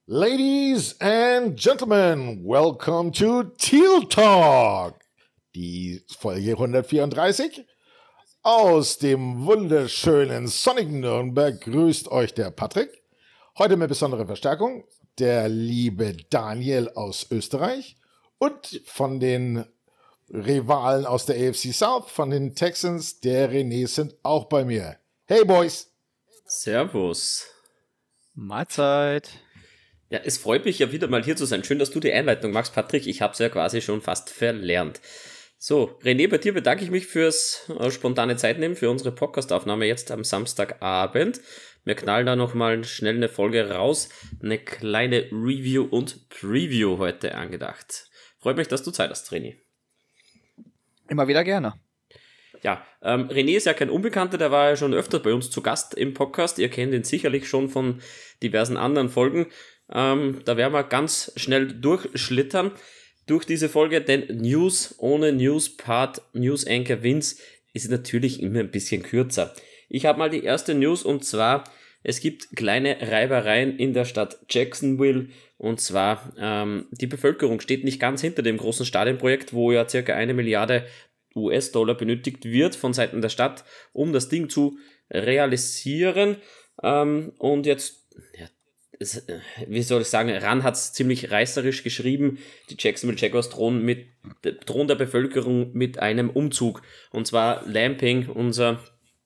Ladies and Gentlemen, welcome to Teal Talk, die Folge 134. Aus dem wunderschönen sonnigen Nürnberg grüßt euch der Patrick. Heute mit besonderer Verstärkung der liebe Daniel aus Österreich und von den Rivalen aus der AFC South, von den Texans, der René sind auch bei mir. Hey Boys! Servus. Mahlzeit. Ja, es freut mich ja wieder mal hier zu sein. Schön, dass du die Einleitung machst, Patrick. Ich habe es ja quasi schon fast verlernt. So, René, bei dir bedanke ich mich fürs spontane Zeitnehmen für unsere Podcastaufnahme jetzt am Samstagabend. Wir knallen da nochmal schnell eine Folge raus. Eine kleine Review und Preview heute angedacht. Freut mich, dass du Zeit hast, René. Immer wieder gerne. Ja, René ist ja kein Unbekannter, der war ja schon öfter bei uns zu Gast im Podcast. Ihr kennt ihn sicherlich schon von diversen anderen Folgen. Da werden wir ganz schnell durchschlittern durch diese Folge, denn News ohne News-Part, News-Anchor Vince ist natürlich immer ein bisschen kürzer. Ich habe mal die erste News und zwar, es gibt kleine Reibereien in der Stadt Jacksonville und zwar, die Bevölkerung steht nicht ganz hinter dem großen Stadionprojekt, wo ja circa 1 Milliarde US-Dollar benötigt wird von Seiten der Stadt, um das Ding zu realisieren. Und jetzt, ja, wie soll ich sagen, Ran hat es ziemlich reißerisch geschrieben, die Jacksonville Jaguars drohen der Bevölkerung mit einem Umzug. Und zwar Lamping, unser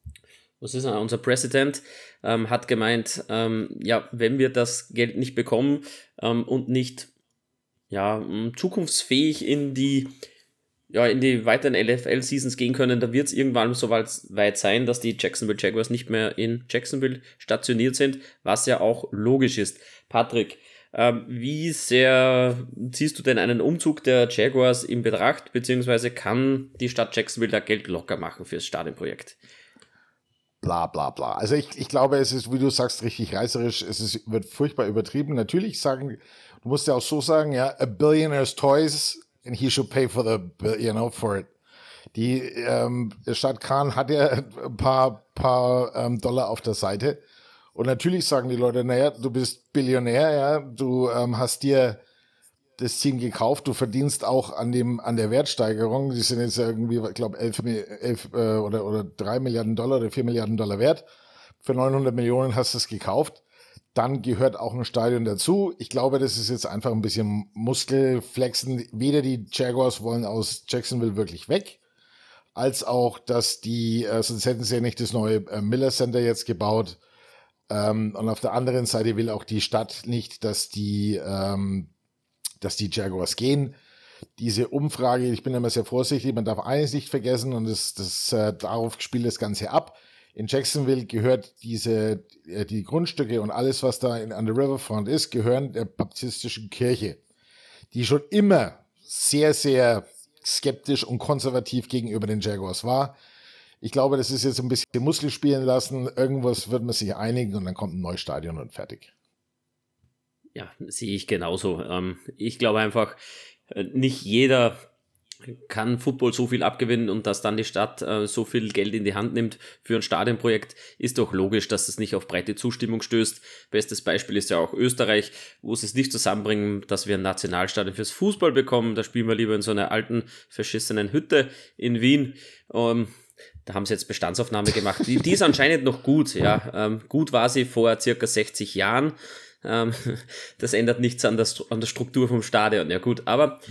Präsident, hat gemeint, wenn wir das Geld nicht bekommen und nicht zukunftsfähig in die weiteren LFL-Seasons gehen können, da wird es irgendwann so weit sein, dass die Jacksonville Jaguars nicht mehr in Jacksonville stationiert sind, was ja auch logisch ist. Patrick, wie sehr ziehst du denn einen Umzug der Jaguars in Betracht, beziehungsweise kann die Stadt Jacksonville da Geld locker machen fürs Stadionprojekt? Bla bla bla. Also ich glaube, es ist, wie du sagst, richtig reißerisch. Wird furchtbar übertrieben. Natürlich du musst ja auch so sagen, ja, a billionaire's toys and he should pay for for it. Die Stadt Khan hat ja ein paar Dollar auf der Seite. Und natürlich sagen die Leute, naja, du bist Billionär, ja, du hast dir das Team gekauft, du verdienst auch an der Wertsteigerung. Die sind jetzt irgendwie, ich glaube, 11 oder 3 Milliarden Dollar oder 4 Milliarden Dollar wert. Für 900 Millionen hast du es gekauft. Dann gehört auch ein Stadion dazu. Ich glaube, das ist jetzt einfach ein bisschen Muskelflexen. Weder die Jaguars wollen aus Jacksonville wirklich weg, als auch, dass sonst hätten sie ja nicht das neue Miller Center jetzt gebaut. Und auf der anderen Seite will auch die Stadt nicht, dass die Jaguars gehen. Diese Umfrage, ich bin immer sehr vorsichtig, man darf eines nicht vergessen und darauf spielt das Ganze ab. In Jacksonville gehört die Grundstücke und alles, was da an der Riverfront ist, gehören der baptistischen Kirche, die schon immer sehr, sehr skeptisch und konservativ gegenüber den Jaguars war. Ich glaube, das ist jetzt ein bisschen Muskel spielen lassen. Irgendwas wird man sich einigen und dann kommt ein neues Stadion und fertig. Ja, sehe ich genauso. Ich glaube einfach, nicht jeder kann Football so viel abgewinnen und dass dann die Stadt so viel Geld in die Hand nimmt für ein Stadionprojekt, ist doch logisch, dass es nicht auf breite Zustimmung stößt. Bestes Beispiel ist ja auch Österreich, wo sie es nicht zusammenbringen, dass wir ein Nationalstadion fürs Fußball bekommen. Da spielen wir lieber in so einer alten, verschissenen Hütte in Wien. Da haben sie jetzt Bestandsaufnahme gemacht. Die ist anscheinend noch gut. Ja. Gut war sie vor circa 60 Jahren. Das ändert nichts an der Struktur vom Stadion. Ja gut, aber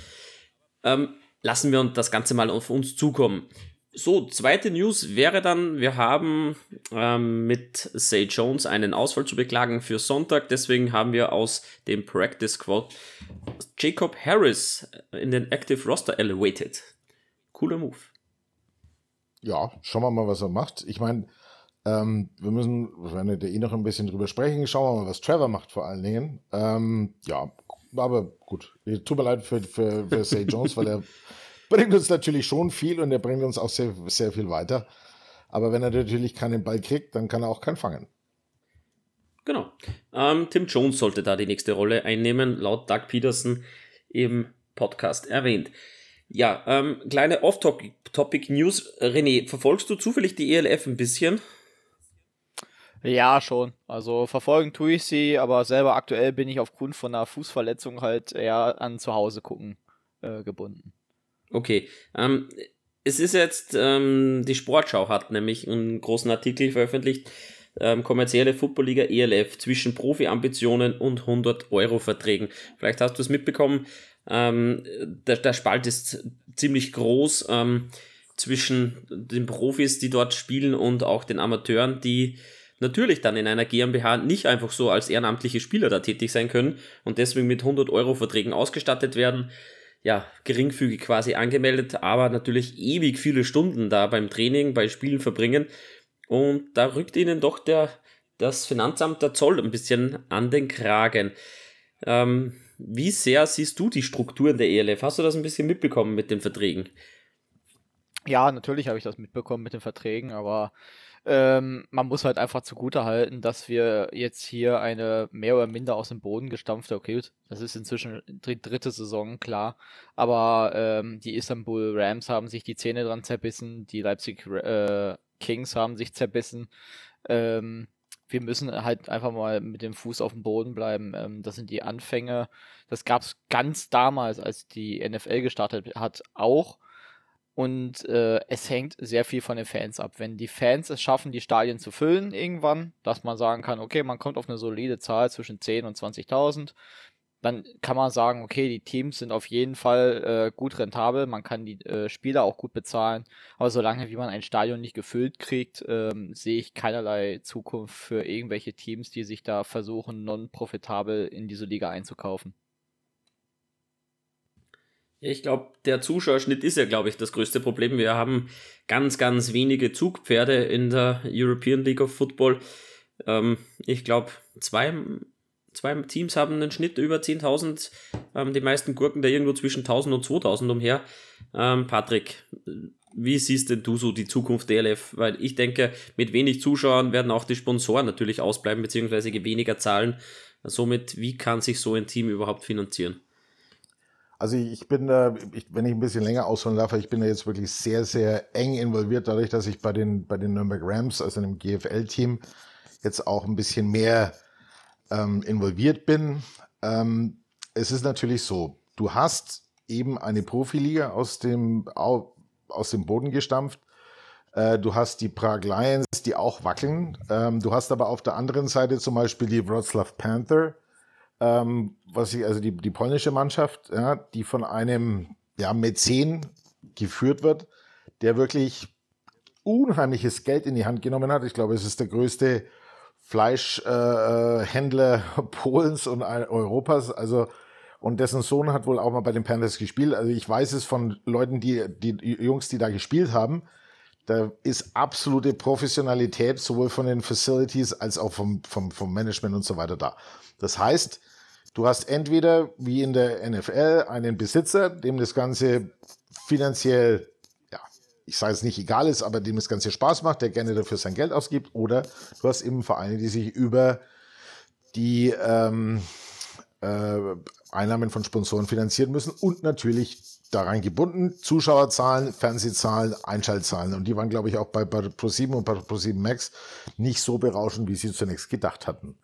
lassen wir das Ganze mal auf uns zukommen. So, zweite News wäre dann, wir haben mit Zay Jones einen Ausfall zu beklagen für Sonntag. Deswegen haben wir aus dem Practice Squad Jacob Harris in den Active Roster elevated. Cooler Move. Ja, schauen wir mal, was er macht. Ich meine, wir werden ja noch ein bisschen drüber sprechen. Schauen wir mal, was Trevor macht vor allen Dingen. Aber gut. Tut mir leid für Zay Jones, weil er bringt uns natürlich schon viel und er bringt uns auch sehr, sehr viel weiter. Aber wenn er natürlich keinen Ball kriegt, dann kann er auch keinen fangen. Genau. Tim Jones sollte da die nächste Rolle einnehmen, laut Doug Peterson im Podcast erwähnt. Ja, kleine Off-Topic-News. René, verfolgst du zufällig die ELF ein bisschen? Ja, schon. Also verfolgen tue ich sie, aber selber aktuell bin ich aufgrund von einer Fußverletzung halt eher an zu Hause gucken gebunden. Okay, es ist jetzt, die Sportschau hat nämlich einen großen Artikel veröffentlicht, kommerzielle Footballliga ELF zwischen Profi-Ambitionen und 100-Euro-Verträgen. Vielleicht hast du es mitbekommen, der Spalt ist ziemlich groß zwischen den Profis, die dort spielen und auch den Amateuren, die natürlich dann in einer GmbH nicht einfach so als ehrenamtliche Spieler da tätig sein können und deswegen mit 100-Euro-Verträgen ausgestattet werden. Ja, geringfügig quasi angemeldet, aber natürlich ewig viele Stunden da beim Training, bei Spielen verbringen. Und da rückt ihnen doch das Finanzamt, der Zoll, ein bisschen an den Kragen. Wie sehr siehst du die Strukturen der ELF? Hast du das ein bisschen mitbekommen mit den Verträgen? Ja, natürlich habe ich das mitbekommen mit den Verträgen, aber man muss halt einfach zugutehalten, dass wir jetzt hier eine mehr oder minder aus dem Boden gestampfte, okay, das ist inzwischen die dritte Saison, klar, aber die Istanbul Rams haben sich die Zähne dran zerbissen, die Leipzig Kings haben sich zerbissen. Wir müssen halt einfach mal mit dem Fuß auf dem Boden bleiben. Das sind die Anfänge. Das gab es ganz damals, als die NFL gestartet hat, auch. Und es hängt sehr viel von den Fans ab. Wenn die Fans es schaffen, die Stadien zu füllen irgendwann, dass man sagen kann, okay, man kommt auf eine solide Zahl zwischen 10.000 und 20.000, dann kann man sagen, okay, die Teams sind auf jeden Fall gut rentabel, man kann die Spieler auch gut bezahlen, aber solange wie man ein Stadion nicht gefüllt kriegt, sehe ich keinerlei Zukunft für irgendwelche Teams, die sich da versuchen, non-profitabel in diese Liga einzukaufen. Ich glaube, der Zuschauerschnitt ist ja, glaube ich, das größte Problem. Wir haben ganz, ganz wenige Zugpferde in der European League of Football. Ich glaube, zwei Teams haben einen Schnitt über 10.000. Die meisten Gurken da irgendwo zwischen 1.000 und 2.000 umher. Patrick, wie siehst denn du so die Zukunft der ELF? Weil ich denke, mit wenig Zuschauern werden auch die Sponsoren natürlich ausbleiben, beziehungsweise weniger zahlen. Somit, wie kann sich so ein Team überhaupt finanzieren? Also ich bin da, wenn ich ein bisschen länger ausholen darf, ich bin da jetzt wirklich sehr, sehr eng involviert, dadurch, dass ich bei den Nürnberg Rams, also einem GFL-Team, jetzt auch ein bisschen mehr involviert bin. Es ist natürlich so, du hast eben eine Profiliga aus dem Boden gestampft. Du hast die Prague Lions, die auch wackeln. Du hast aber auf der anderen Seite zum Beispiel die Wrocław Panther, also die polnische Mannschaft, ja, die von einem Mäzen geführt wird, der wirklich unheimliches Geld in die Hand genommen hat. Ich glaube, es ist der größte Fleischhändler Polens und Europas. Also, und dessen Sohn hat wohl auch mal bei den Panthers gespielt. Also ich weiß es von Leuten, die Jungs, die da gespielt haben. Da ist absolute Professionalität sowohl von den Facilities als auch vom Management und so weiter da. Das heißt, du hast entweder wie in der NFL einen Besitzer, dem das Ganze finanziell, ja, ich sage es nicht egal ist, aber dem das Ganze Spaß macht, der gerne dafür sein Geld ausgibt, oder du hast eben Vereine, die sich über die Einnahmen von Sponsoren finanzieren müssen und natürlich daran gebunden, Zuschauerzahlen, Fernsehzahlen, Einschaltzahlen. Und die waren, glaube ich, auch bei ProSieben und bei ProSieben Max nicht so berauschend, wie sie zunächst gedacht hatten.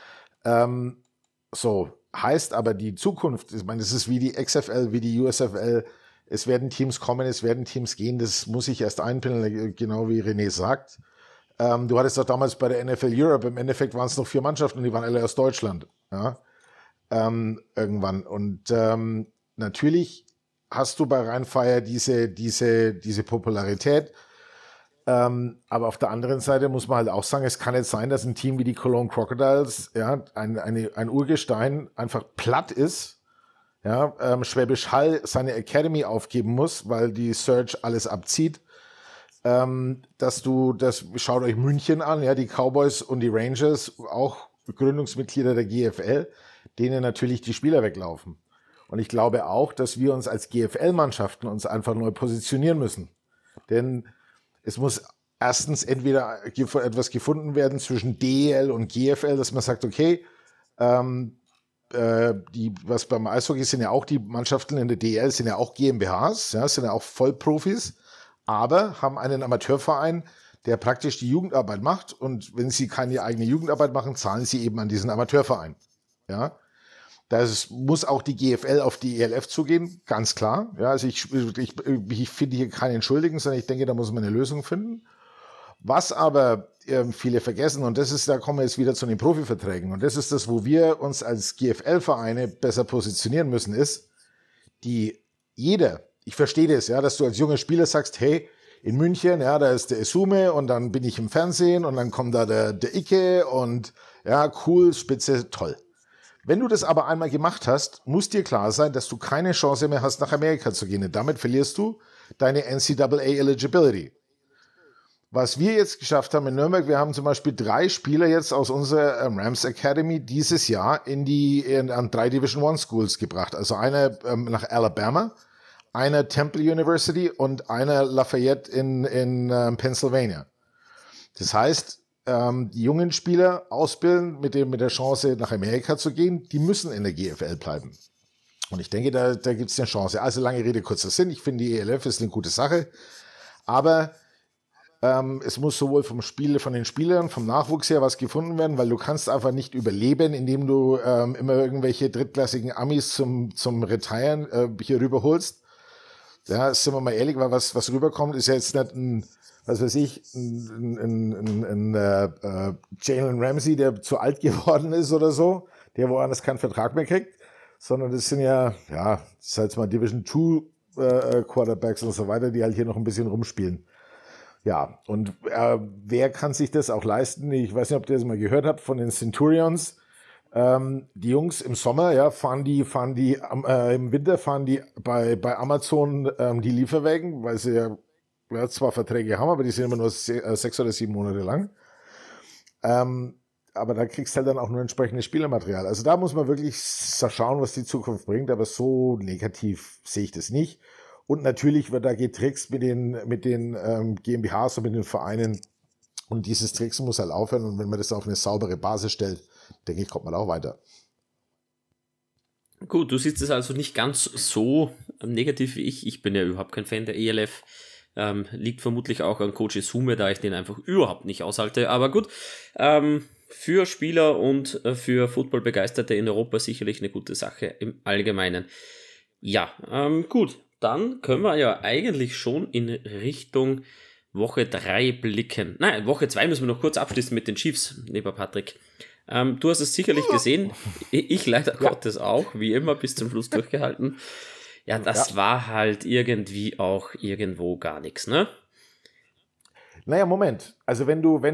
So, heißt aber die Zukunft, ich meine, es ist wie die XFL, wie die USFL, es werden Teams kommen, es werden Teams gehen, das muss ich erst einpendeln, genau wie René sagt. Du hattest doch damals bei der NFL Europe, im Endeffekt waren es noch 4 Mannschaften und die waren alle aus Deutschland, ja, irgendwann. Und natürlich hast du bei Rheinfire diese Popularität. Aber auf der anderen Seite muss man halt auch sagen, es kann jetzt sein, dass ein Team wie die Cologne Crocodiles, ja, ein Urgestein einfach platt ist, ja, Schwäbisch Hall seine Academy aufgeben muss, weil die Surge alles abzieht. Schaut euch München an, ja, die Cowboys und die Rangers, auch Gründungsmitglieder der GFL, denen natürlich die Spieler weglaufen. Und ich glaube auch, dass wir uns als GFL-Mannschaften uns einfach neu positionieren müssen. Denn es muss erstens entweder etwas gefunden werden zwischen DEL und GFL, dass man sagt, okay, was beim Eishockey sind ja auch die Mannschaften in der DEL, sind ja auch GmbHs, ja, sind ja auch Vollprofis, aber haben einen Amateurverein, der praktisch die Jugendarbeit macht. Und wenn sie keine eigene Jugendarbeit machen, zahlen sie eben an diesen Amateurverein. Ja. Das muss auch die GFL auf die ELF zugehen, ganz klar. Ja, also ich finde hier keinen Schuldigen, sondern ich denke, da muss man eine Lösung finden. Was aber viele vergessen, und da kommen wir jetzt wieder zu den Profiverträgen, und das ist das, wo wir uns als GFL-Vereine besser positionieren müssen, ist, ich verstehe das, ja, dass du als junger Spieler sagst, hey, in München, ja, da ist der Esume und dann bin ich im Fernsehen und dann kommt da der Icke und ja, cool, spitze, toll. Wenn du das aber einmal gemacht hast, muss dir klar sein, dass du keine Chance mehr hast, nach Amerika zu gehen. Und damit verlierst du deine NCAA-Eligibility. Was wir jetzt geschafft haben in Nürnberg, wir haben zum Beispiel 3 Spieler jetzt aus unserer Rams Academy dieses Jahr an 3 Division I Schools gebracht. Also einer nach Alabama, einer Temple University und einer Lafayette in Pennsylvania. Das heißt, die jungen Spieler ausbilden mit der Chance, nach Amerika zu gehen, die müssen in der GFL bleiben. Und ich denke, da gibt es eine Chance. Also lange Rede, kurzer Sinn. Ich finde, die ELF ist eine gute Sache. Aber es muss sowohl von den Spielern, vom Nachwuchs her was gefunden werden, weil du kannst einfach nicht überleben, indem du immer irgendwelche drittklassigen Amis zum Retiren hier rüberholst. Ja, sind wir mal ehrlich, weil was rüberkommt, ist ja jetzt nicht ein Jalen Ramsey, der zu alt geworden ist oder so, der woanders keinen Vertrag mehr kriegt, sondern das sind das ist halt mal Division 2 Quarterbacks und so weiter, die halt hier noch ein bisschen rumspielen. Ja, und wer kann sich das auch leisten? Ich weiß nicht, ob ihr das mal gehört habt von den Centurions. Die Jungs im Sommer, ja, fahren die im Winter fahren die bei Amazon die Lieferwagen, weil sie ja zwar Verträge haben, aber die sind immer nur 6 oder 7 Monate lang. Aber da kriegst du halt dann auch nur entsprechendes Spielermaterial. Also da muss man wirklich schauen, was die Zukunft bringt, aber so negativ sehe ich das nicht. Und natürlich wird da getrickst mit den GmbHs und mit den Vereinen. Und dieses Tricksen muss halt aufhören. Und wenn man das auf eine saubere Basis stellt, denke ich, kommt man auch weiter. Gut, du siehst es also nicht ganz so negativ wie ich. Ich bin ja überhaupt kein Fan der ELF. Liegt vermutlich auch an Coach Esume, da ich den einfach überhaupt nicht aushalte. Aber gut, für Spieler und für Football-Begeisterte in Europa sicherlich eine gute Sache im Allgemeinen. Ja, gut. Dann können wir ja eigentlich schon in Richtung Woche 3 blicken. Nein, Woche 2 müssen wir noch kurz abschließen mit den Chiefs, lieber Patrick. Du hast es sicherlich gesehen. Ich leider Gottes auch, wie immer, bis zum Schluss durchgehalten. Ja, das war halt irgendwie auch irgendwo gar nichts, ne? Naja, Moment. Also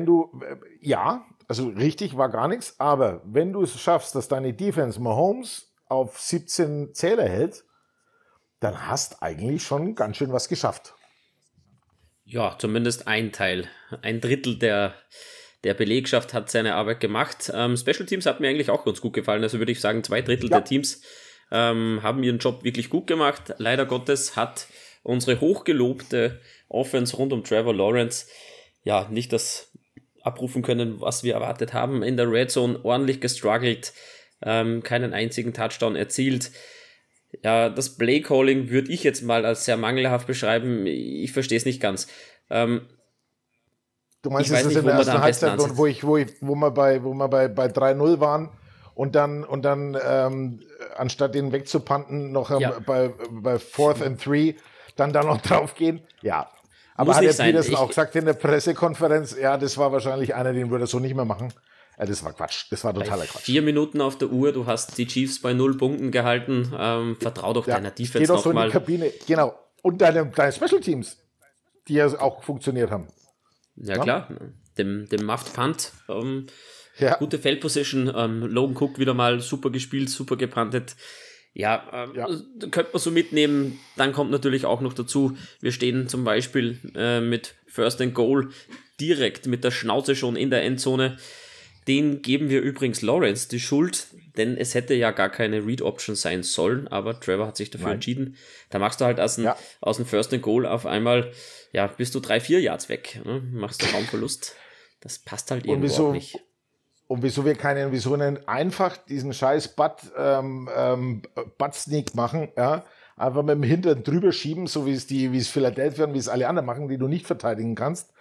also richtig war gar nichts, aber wenn du es schaffst, dass deine Defense Mahomes auf 17 Zähler hält, dann hast eigentlich schon ganz schön was geschafft. Ja, zumindest ein Teil. Ein Drittel der Belegschaft hat seine Arbeit gemacht. Special Teams hat mir eigentlich auch ganz gut gefallen. Also würde ich sagen, 2 Drittel der Teams haben ihren Job wirklich gut gemacht. Leider Gottes hat unsere hochgelobte Offense rund um Trevor Lawrence ja nicht das abrufen können, was wir erwartet haben. In der Red Zone ordentlich gestruggelt, keinen einzigen Touchdown erzielt. Ja, das Play-Calling würde ich jetzt mal als sehr mangelhaft beschreiben. Ich verstehe es nicht ganz. Du meinst, ist das in der ersten Halbzeit, wo wir bei 3-0 waren und dann anstatt den wegzupanten, noch bei 4th and 3 dann da noch drauf gehen? Ja. Aber hat der Peterson auch gesagt in der Pressekonferenz, ja, das war wahrscheinlich einer, den würde er so nicht mehr machen. Ja, das war Quatsch. Das war totaler Quatsch. 4 Minuten auf der Uhr, du hast die Chiefs bei 0 Punkten gehalten. Vertrau doch deiner Defense nochmal. Geh doch so in die Kabine. Genau. Und deine Special Teams, die ja auch funktioniert haben. Ja, klar. Dem Muffed Punt. Gute Feldposition. Logan Cook wieder mal super gespielt, super gepuntet. Könnte man so mitnehmen. Dann kommt natürlich auch noch dazu, wir stehen zum Beispiel mit First and Goal direkt mit der Schnauze schon in der Endzone. Den geben wir übrigens Lawrence die Schuld, denn es hätte ja gar keine Read-Option sein sollen, aber Trevor hat sich dafür entschieden. Da machst du halt aus dem First and Goal auf einmal, bist du 3-4 Yards weg, ne? Machst du Raumverlust. Das passt halt irgendwo auch nicht. Und wieso einfach diesen scheiß Butt-Sneak machen, ja? Einfach mit dem Hintern drüber schieben, so wie es Philadelphia und wie es alle anderen machen, die du nicht verteidigen kannst.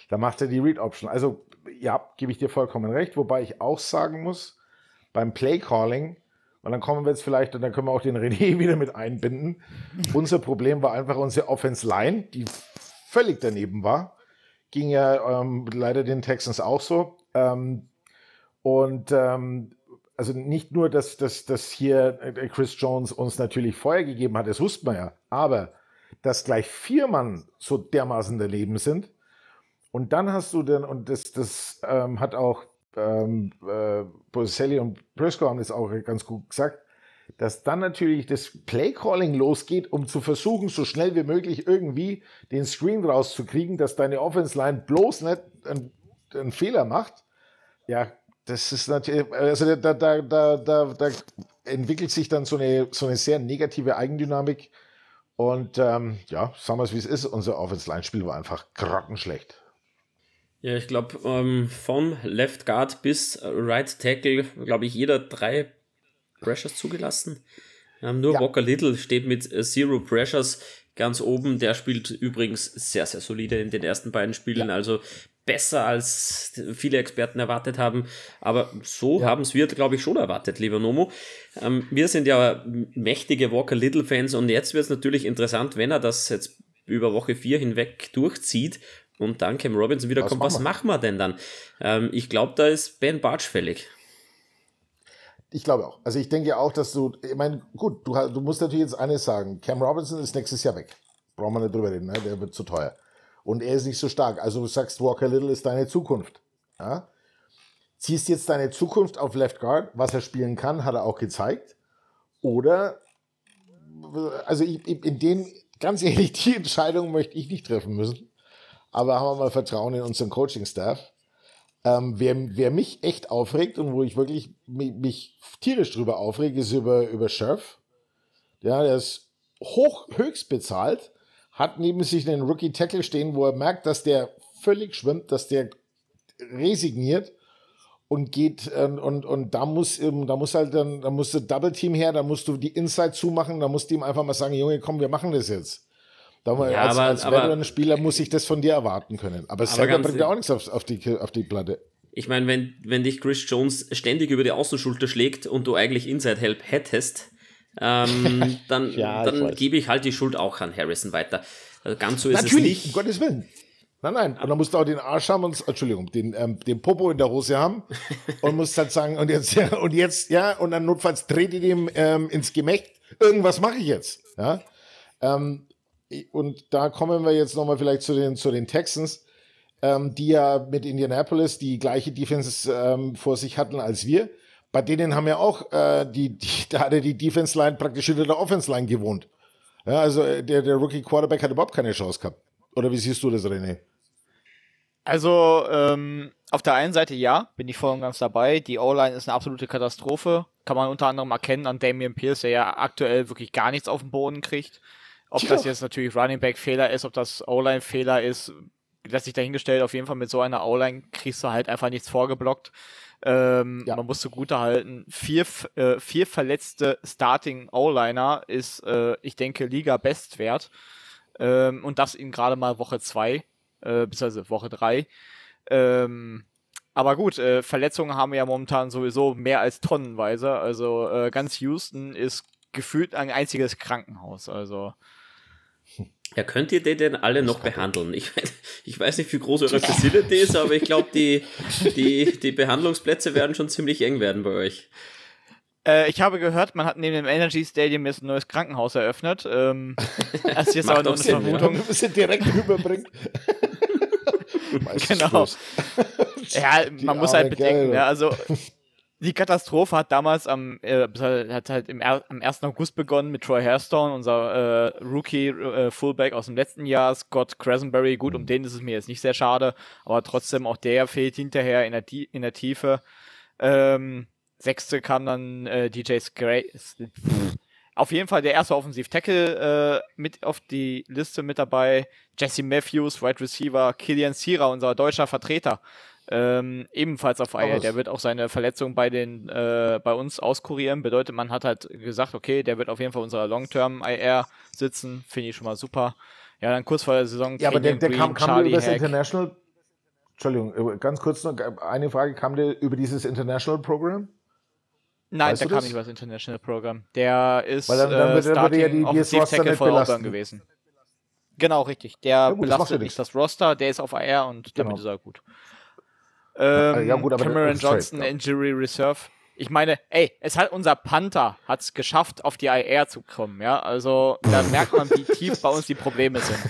Da macht er die Read-Option. Also, ja, gebe ich dir vollkommen recht, wobei ich auch sagen muss, beim Play-Calling, und dann kommen wir jetzt vielleicht, und dann können wir auch den René wieder mit einbinden, unser Problem war einfach unsere Offense-Line, die völlig daneben war. Ging ja leider den Texans auch so. Also nicht nur, dass hier Chris Jones uns natürlich Feuer gegeben hat, das wussten wir ja, aber dass gleich 4 Mann so dermaßen daneben sind. Und dann hast du dann, und das hat auch Boselli und Briscoe haben das auch ganz gut gesagt, dass dann natürlich das Play-Calling losgeht, um zu versuchen, so schnell wie möglich irgendwie den Screen rauszukriegen, dass deine Offense-Line bloß nicht einen Fehler macht. Ja, das ist natürlich, also da entwickelt sich dann so eine sehr negative Eigendynamik. Und sagen wir es wie es ist, unser Offense-Line-Spiel war einfach grottenschlecht. Ja, ich glaube, vom Left Guard bis Right Tackle, glaube ich, jeder 3 Pressures zugelassen. Nur Walker Little steht mit 0 Pressures ganz oben. Der spielt übrigens sehr, sehr solide in den ersten beiden Spielen. Also besser als viele Experten erwartet haben. Aber so haben es wir, glaube ich, schon erwartet, lieber Nomo. Wir sind ja mächtige Walker Little Fans und jetzt wird es natürlich interessant, wenn er das jetzt über Woche 4 hinweg durchzieht und dann Cam Robinson wiederkommt. Was machen wir denn dann? Ich glaube, da ist Ben Bartsch fällig. Ich glaube auch. Also ich denke auch, dass ich meine, gut, du musst natürlich jetzt eines sagen. Cam Robinson ist nächstes Jahr weg. Brauchen wir nicht drüber reden, ne? Der wird zu teuer. Und er ist nicht so stark. Also du sagst, Walker Little ist deine Zukunft. Ja? Ziehst jetzt deine Zukunft auf Left Guard. Was er spielen kann, hat er auch gezeigt. Oder, also ganz ehrlich, die Entscheidung möchte ich nicht treffen müssen. Aber haben wir mal Vertrauen in unseren Coaching-Staff. Wer mich echt aufregt und wo ich wirklich mich tierisch drüber aufrege, ist über Scherf. Ja, der ist höchst bezahlt, hat neben sich einen Rookie-Tackle stehen, wo er merkt, dass der völlig schwimmt, dass der resigniert und geht und da muss du Double-Team her, da musst du die Inside zumachen, da musst du ihm einfach mal sagen, Junge, komm, wir machen das jetzt. Als Veteran-Spieler muss ich das von dir erwarten können. Aber selber bringt er auch nichts auf die Platte. Ich meine, wenn dich Chris Jones ständig über die Außenschulter schlägt und du eigentlich Inside-Help hättest, dann gebe ich halt die Schuld auch an Harrison weiter. Also ganz so ist es nicht. Um Gottes Willen. Nein. Und dann musst du auch den Arsch haben den Popo in der Hose haben und musst halt sagen, und dann notfalls dreht ihr dem ins Gemächt. Irgendwas mache ich jetzt. Ja. Und da kommen wir jetzt nochmal vielleicht zu den Texans, die ja mit Indianapolis die gleiche Defense vor sich hatten als wir. Bei denen haben ja auch da hat die Defense-Line praktisch hinter der Offense-Line gewohnt. Ja, also der Rookie-Quarterback hat überhaupt keine Chance gehabt. Oder wie siehst du das, René? Also, auf der einen Seite bin ich voll und ganz dabei. Die O-Line ist eine absolute Katastrophe. Kann man unter anderem erkennen an Dameon Pierce, der ja aktuell wirklich gar nichts auf den Boden kriegt. Ob das jetzt natürlich Running Back Fehler ist, ob das O-Line Fehler ist, lässt sich dahingestellt. Auf jeden Fall mit so einer O-Line kriegst du halt einfach nichts vorgeblockt. Man muss zugute halten, 4 verletzte Starting O-Liner ist, ich denke, Liga-Bestwert. Und das in gerade mal Woche 2, beziehungsweise Woche 3. Aber gut, Verletzungen haben wir ja momentan sowieso mehr als tonnenweise. Also ganz Houston ist gefühlt ein einziges Krankenhaus. Also Ja, könnt ihr den denn alle noch behandeln? Ich weiß nicht, wie groß eure Facility ist, aber ich glaube, die Behandlungsplätze werden schon ziemlich eng werden bei euch. Ich habe gehört, man hat neben dem Energy Stadium jetzt ein neues Krankenhaus eröffnet. Das ist jetzt aber nur eine Vermutung. Ja. Du bist direkt rüberbringt. Genau. Ja, man muss halt bedenken, ja, also die Katastrophe hat damals am 1. August begonnen mit Troy Hairstone, unser Rookie Fullback aus dem letzten Jahr, Scott Cressenberry. Gut, um den ist es mir jetzt nicht sehr schade, aber trotzdem auch der fehlt hinterher in der Tiefe. Sechste kam dann DJ Grace. Auf jeden Fall der erste Offensiv-Tackle mit auf die Liste mit dabei. Jesse Matthews, Wide Receiver, Kilian Sierra, unser deutscher Vertreter. Ebenfalls auf IR. Der wird auch seine Verletzung bei uns auskurieren. Bedeutet, man hat halt gesagt, okay, der wird auf jeden Fall unserer Long-Term IR sitzen. Finde ich schon mal super. Ja, dann kurz vor der Saison. Ja, aber der kam über das International. Entschuldigung, ganz kurz noch eine Frage. Kam der über dieses International Program? Nein, Weißt der du kam das? nicht über das International Program. Der ist Weil dann würde ja Starting das Offensive Roster Tackle nicht for Auburn belasten. gewesen. Genau, richtig. Ja Der gut, das macht ja belastet nichts. nicht das Roster, der ist auf IR und damit Genau. ist er gut. Ja gut, aber Cameron ist trade, Johnson, ja. Injury Reserve. Ich meine, unser Panther hat es geschafft, auf die IR zu kommen, ja. Also da merkt man, wie tief bei uns die Probleme sind.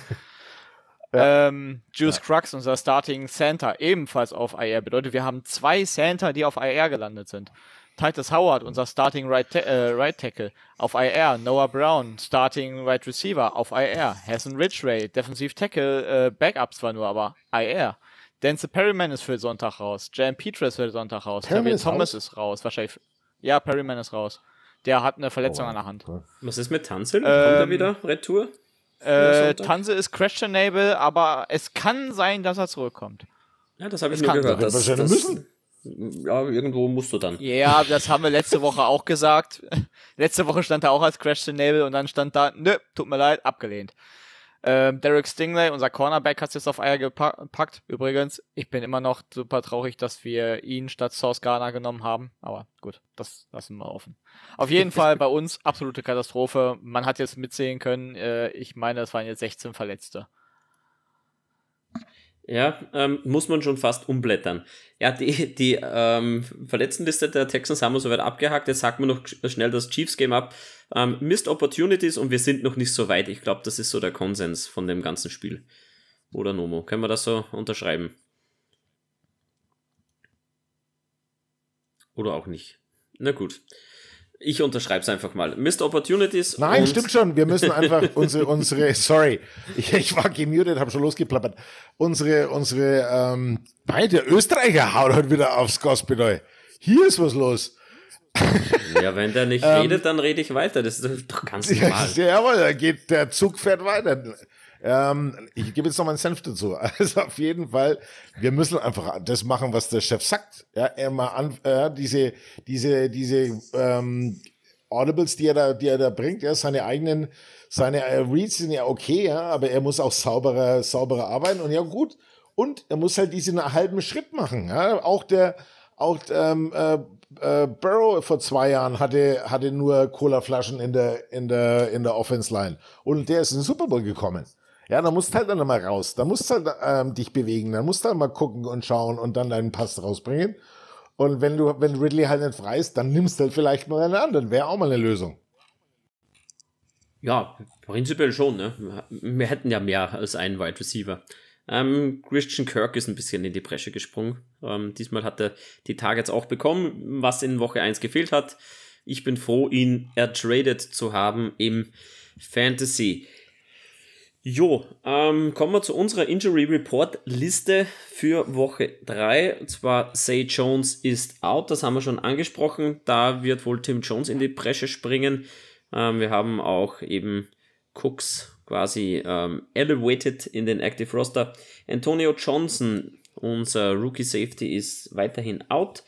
Juice Crux, unser Starting Center, ebenfalls auf IR. Bedeutet, wir haben 2 Center, die auf IR gelandet sind. Titus Howard, unser Starting Right Tackle, auf IR. Noah Brown, Starting Right Receiver, auf IR. Hassan Ridgway, Defensive Tackle, Backup zwar nur, aber IR. Denzel Perryman ist für Sonntag raus. Jan Petras für Sonntag raus. Perryman Xavier ist Thomas raus? ist raus. Wahrscheinlich. Ja, Perryman ist raus. Der hat eine Verletzung an der Hand. Was ist mit Tanzel? Kommt er wieder retour? Sonntag? Tanse ist questionable, aber es kann sein, dass er zurückkommt. Ja, das habe ich Das nur kann gehört. sein. Wird wahrscheinlich Ja, irgendwo musst du dann. Ja, das haben wir letzte Woche auch gesagt. Letzte Woche stand er auch als questionable und dann stand da, nö, tut mir leid, abgelehnt. Derek Stingley, unser Cornerback, hat es jetzt auf Eier gepackt. Übrigens, ich bin immer noch super traurig, dass wir ihn statt Sauce Gardner genommen haben. Aber gut, das lassen wir offen. Auf jeden Fall bei uns absolute Katastrophe. Man hat jetzt mitsehen können, ich meine, es waren jetzt 16 Verletzte. Ja, muss man schon fast umblättern. Ja, die Verletztenliste der Texans haben wir soweit abgehakt. Jetzt sagt man noch schnell das Chiefs-Game ab. Missed Opportunities und wir sind noch nicht so weit. Ich glaube, das ist so der Konsens von dem ganzen Spiel. Oder Nomo? Können wir das so unterschreiben? Oder auch nicht? Na gut. Ich unterschreibe es einfach mal. Missed Opportunities. Nein, stimmt schon. Wir müssen einfach unsere sorry, ich war gemutet, habe schon losgeplappert. Der Österreicher haut heute wieder aufs Gaspedal. Hier ist was los. Ja, wenn der nicht redet, dann rede ich weiter. Das ist doch ganz normal. Jawohl, der Zug fährt weiter. Ich gebe jetzt noch meinen Senf dazu. Also auf jeden Fall, wir müssen einfach das machen, was der Chef sagt. Ja, diese Audibles, die er da bringt, ja, seine Reads sind ja okay, ja, aber er muss auch sauberer arbeiten und ja gut. Und er muss halt diesen halben Schritt machen. Ja. Burrow vor 2 Jahren hatte nur Colaflaschen in der Offense Line und der ist in den Super Bowl gekommen. Ja, da musst du halt dann mal raus, da musst du halt dich bewegen, da musst du halt mal gucken und schauen und dann deinen Pass rausbringen. Und wenn Ridley halt nicht frei ist, dann nimmst du halt vielleicht mal einen anderen, wäre auch mal eine Lösung. Ja, prinzipiell schon, ne? Wir hätten ja mehr als einen Wide Receiver. Christian Kirk ist ein bisschen in die Bresche gesprungen. Diesmal hat er die Targets auch bekommen, was in Woche 1 gefehlt hat. Ich bin froh, ihn ertradet zu haben im Fantasy. Jo, kommen wir zu unserer Injury Report Liste für Woche 3. Und zwar Zay Jones ist out, das haben wir schon angesprochen. Da wird wohl Tim Jones in die Bresche springen. Wir haben auch eben Cooks quasi elevated in den Active Roster. Antonio Johnson, unser Rookie Safety, ist weiterhin out.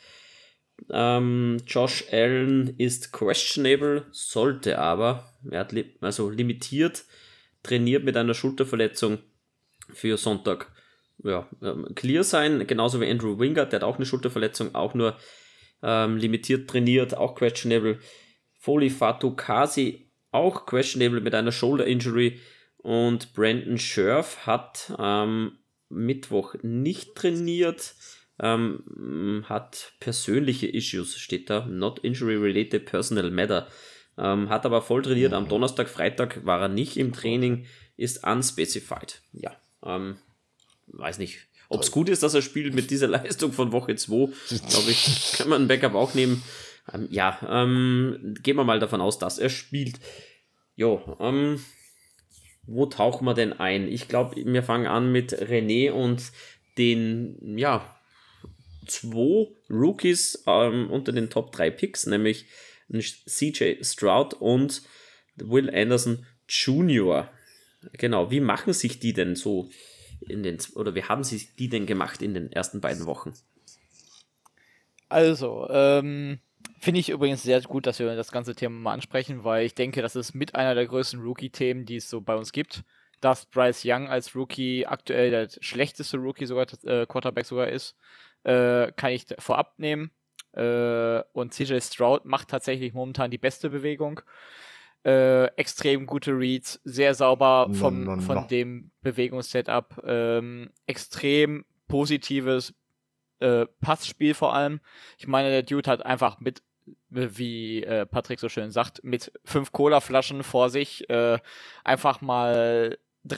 Josh Allen ist questionable, sollte aber, er hat limitiert trainiert mit einer Schulterverletzung für Sonntag clear sein, genauso wie Andrew Wingard, der hat auch eine Schulterverletzung, auch nur limitiert trainiert, auch questionable. Foley Fatukasi auch questionable mit einer Shoulder Injury und Brandon Scherf hat Mittwoch nicht trainiert, hat persönliche Issues, steht da, not injury related personal matter. Hat aber voll trainiert. Am Donnerstag, Freitag war er nicht im Training, ist unspecified. Ja, weiß nicht, ob es gut ist, dass er spielt mit dieser Leistung von Woche 2. Glaube ich, kann man ein Backup auch nehmen. Gehen wir mal davon aus, dass er spielt. Jo, wo tauchen wir denn ein? Ich glaube, wir fangen an mit René und den, 2 Rookies unter den Top 3 Picks, nämlich CJ Stroud und Will Anderson Jr. Genau, wie machen sich die denn so wie haben sich die denn gemacht in den ersten beiden Wochen? Also, finde ich übrigens sehr gut, dass wir das ganze Thema mal ansprechen, weil ich denke, das ist mit einer der größten Rookie-Themen, die es so bei uns gibt. dass Bryce Young als Rookie aktuell der schlechteste Rookie sogar, Quarterback sogar ist, kann ich vorab nehmen. Und CJ Stroud macht tatsächlich momentan die beste Bewegung. Extrem gute Reads, sehr sauber von dem Bewegungssetup, extrem positives Passspiel vor allem. Ich meine, der Dude hat einfach wie Patrick so schön sagt, mit 5 Cola-Flaschen vor sich einfach mal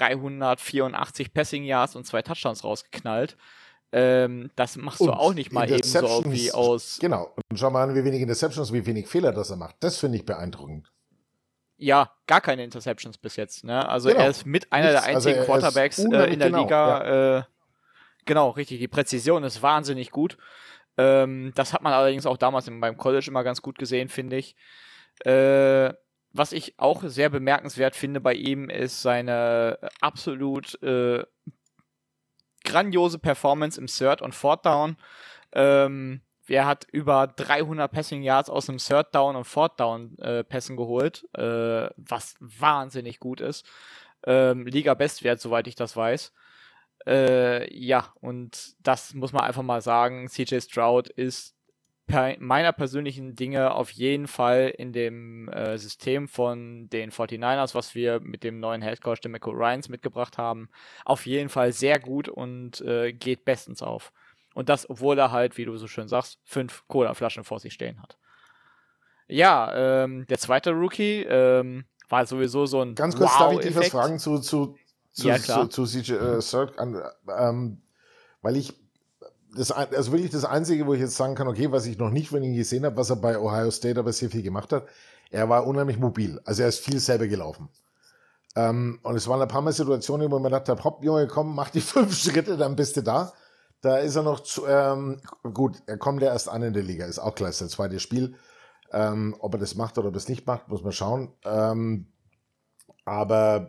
384 Passing Yards und 2 Touchdowns rausgeknallt. Das machst du auch nicht mal eben so irgendwie aus. Genau. Und schau mal an, wie wenig Interceptions, wie wenig Fehler das er macht. Das finde ich beeindruckend. Ja, gar keine Interceptions bis jetzt. Ne? Also er ist mit einer der einzigen Quarterbacks in der Liga. Ja. Genau, richtig. Die Präzision ist wahnsinnig gut. Das hat man allerdings auch damals beim College immer ganz gut gesehen, finde ich. Was ich auch sehr bemerkenswert finde bei ihm, ist seine absolut grandiose Performance im Third und Fourth Down. Er hat über 300 Passing Yards aus dem Third Down und Fourth Down Pässen geholt, was wahnsinnig gut ist. Liga-Bestwert, soweit ich das weiß. Ja, und das muss man einfach mal sagen. CJ Stroud ist meiner persönlichen Dinge auf jeden Fall in dem System von den 49ers, was wir mit dem neuen Headcoach DeMeco Ryans mitgebracht haben, auf jeden Fall sehr gut und geht bestens auf. Und das, obwohl er halt, wie du so schön sagst, 5 Cola-Flaschen vor sich stehen hat. Ja, der zweite Rookie war sowieso so ein Ganz kurz, darf ich dich was fragen zu CJ Stroud, weil ich also wirklich das Einzige, wo ich jetzt sagen kann, okay, was ich noch nicht von ihm gesehen habe, was er bei Ohio State aber sehr viel gemacht hat, er war unheimlich mobil. Also er ist viel selber gelaufen. Und es waren ein paar Mal Situationen, wo man dachte, hopp, Junge, komm, mach die 5 Schritte, dann bist du da. Da ist er noch gut, er kommt ja erst an in der Liga, ist auch klar, ist sein zweites Spiel. Ob er das macht oder ob er es nicht macht, muss man schauen. Aber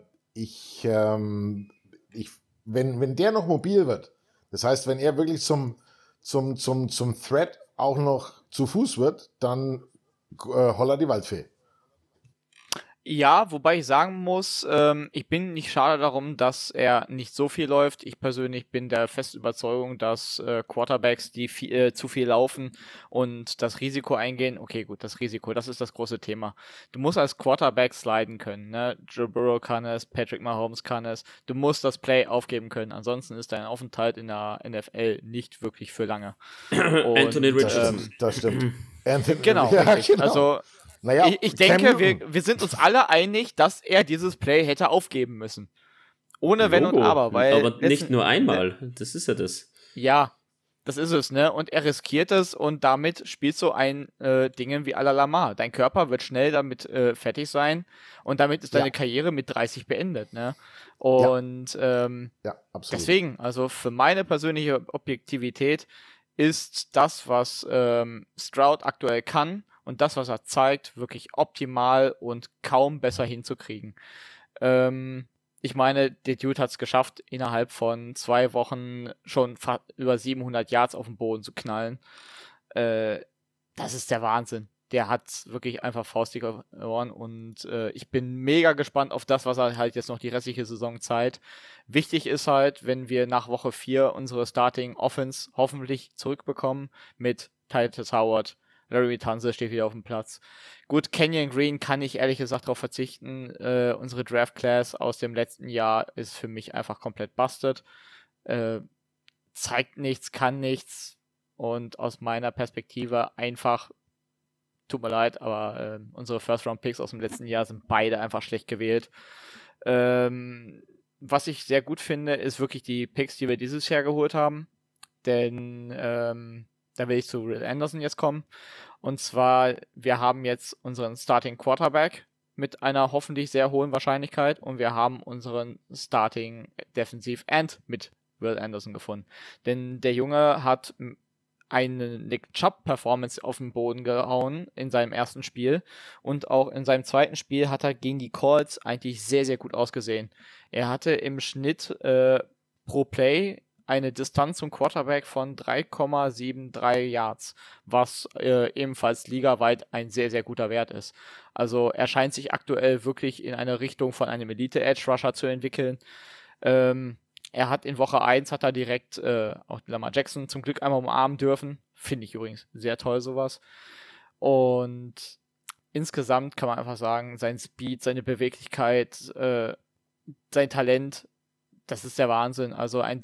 wenn der noch mobil wird, das heißt, wenn er wirklich zum Threat auch noch zu Fuß wird, dann holla die Waldfee. Ja, wobei ich sagen muss, ich bin nicht schade darum, dass er nicht so viel läuft. Ich persönlich bin der festen Überzeugung, dass Quarterbacks, die zu viel laufen und das Risiko eingehen, okay, gut, das Risiko, das ist das große Thema. Du musst als Quarterback sliden können, ne? Joe Burrow kann es, Patrick Mahomes kann es. Du musst das Play aufgeben können, ansonsten ist dein Aufenthalt in der NFL nicht wirklich für lange. Und, Anthony Richardson. Das stimmt. Genau, ja, richtig. Genau. Also naja, ich denke, wir sind uns alle einig, dass er dieses Play hätte aufgeben müssen. Ohne Wenn und Aber. Weil aber nicht nur einmal. Das ist ja das. Ja, das ist es, ne? Und er riskiert es und damit spielt so ein Dingen wie à la Lamar. Dein Körper wird schnell damit fertig sein und damit ist deine Karriere mit 30 beendet, ne? Und absolut. Deswegen, also für meine persönliche Objektivität ist das, was Stroud aktuell kann, und das, was er zeigt, wirklich optimal und kaum besser hinzukriegen. Ich meine, der Dude hat es geschafft, innerhalb von 2 Wochen schon über 700 Yards auf den Boden zu knallen. Das ist der Wahnsinn. Der hat wirklich einfach faustige Ohren und ich bin mega gespannt auf das, was er halt jetzt noch die restliche Saison zeigt. Wichtig ist halt, wenn wir nach Woche 4 unsere Starting Offense hoffentlich zurückbekommen mit Titus Howard, Larry Tunsil steht wieder auf dem Platz. Gut, Kenyon Green kann ich ehrlich gesagt darauf verzichten. Unsere Draft Class aus dem letzten Jahr ist für mich einfach komplett busted. Zeigt nichts, kann nichts und aus meiner Perspektive einfach, tut mir leid, aber unsere First-Round-Picks aus dem letzten Jahr sind beide einfach schlecht gewählt. Was ich sehr gut finde, ist wirklich die Picks, die wir dieses Jahr geholt haben. Denn da will ich zu Will Anderson jetzt kommen. Und zwar, wir haben jetzt unseren Starting Quarterback mit einer hoffentlich sehr hohen Wahrscheinlichkeit und wir haben unseren Starting Defensive End mit Will Anderson gefunden. Denn der Junge hat eine Nick Chubb-Performance auf den Boden gehauen in seinem ersten Spiel und auch in seinem zweiten Spiel hat er gegen die Colts eigentlich sehr, sehr gut ausgesehen. Er hatte im Schnitt pro Play eine Distanz zum Quarterback von 3,73 Yards, was ebenfalls ligaweit ein sehr, sehr guter Wert ist. Also er scheint sich aktuell wirklich in eine Richtung von einem Elite-Edge-Rusher zu entwickeln. Er hat in Woche 1 hat er direkt auch Lamar Jackson zum Glück einmal umarmen dürfen. Finde ich übrigens sehr toll, sowas. Und insgesamt kann man einfach sagen, sein Speed, seine Beweglichkeit, sein Talent, das ist der Wahnsinn. Also ein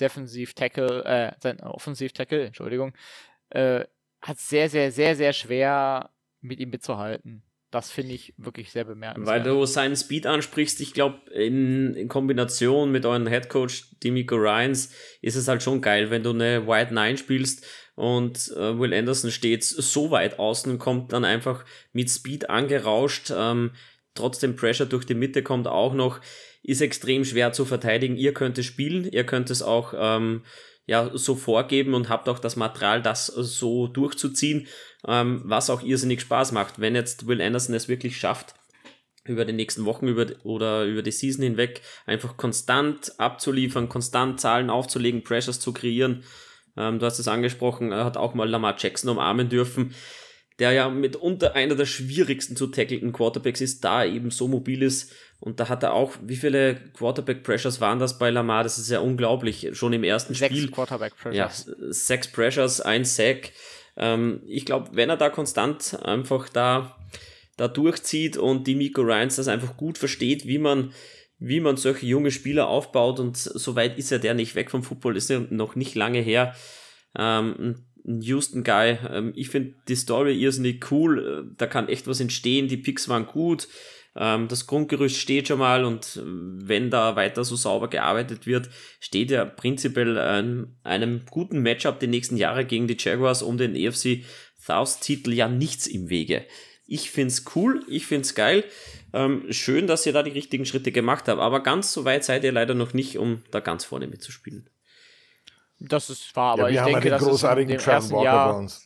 sein Offensiv-Tackle, Entschuldigung, hat sehr, sehr, sehr, sehr schwer mit ihm mitzuhalten. Das finde ich wirklich sehr bemerkenswert. Weil du seinen Speed ansprichst, ich glaube, in Kombination mit eurem Headcoach DeMeco Ryans ist es halt schon geil, wenn du eine Wide 9 spielst und Will Anderson steht so weit außen und kommt dann einfach mit Speed angerauscht, trotzdem Pressure durch die Mitte kommt auch noch, ist extrem schwer zu verteidigen. Ihr könnt es spielen, ihr könnt es auch so vorgeben und habt auch das Material, das so durchzuziehen, was auch irrsinnig Spaß macht. Wenn jetzt Will Anderson es wirklich schafft, über die nächsten Wochen oder über die Season hinweg einfach konstant abzuliefern, konstant Zahlen aufzulegen, Pressures zu kreieren. Du hast es angesprochen, er hat auch mal Lamar Jackson umarmen dürfen, der ja mitunter einer der schwierigsten zu tackelnden Quarterbacks ist, da er eben so mobil ist. Und da hat er auch, wie viele Quarterback-Pressures waren das bei Lamar? Das ist ja unglaublich. Schon im ersten 6 Spiel. Quarterback-Pressures. Ja, 6 Pressures, 1 Sack. Ich glaube, wenn er da konstant einfach da durchzieht und DeMeco Ryans das einfach gut versteht, wie man solche junge Spieler aufbaut, und so weit ist ja der nicht weg vom Football, ist ja noch nicht lange her. Ein Houston-Guy. Ich finde die Story irrsinnig cool. Da kann echt was entstehen. Die Picks waren gut. Das Grundgerüst steht schon mal, und wenn da weiter so sauber gearbeitet wird, steht ja prinzipiell einem guten Matchup die nächsten Jahre gegen die Jaguars um den AFC South-Titel ja nichts im Wege. Ich find's cool, ich find's geil. Schön, dass ihr da die richtigen Schritte gemacht habt, aber ganz so weit seid ihr leider noch nicht, um da ganz vorne mitzuspielen. Das ist wahr, aber wir ich denke, haben den großartigen Trevor Walker bei uns.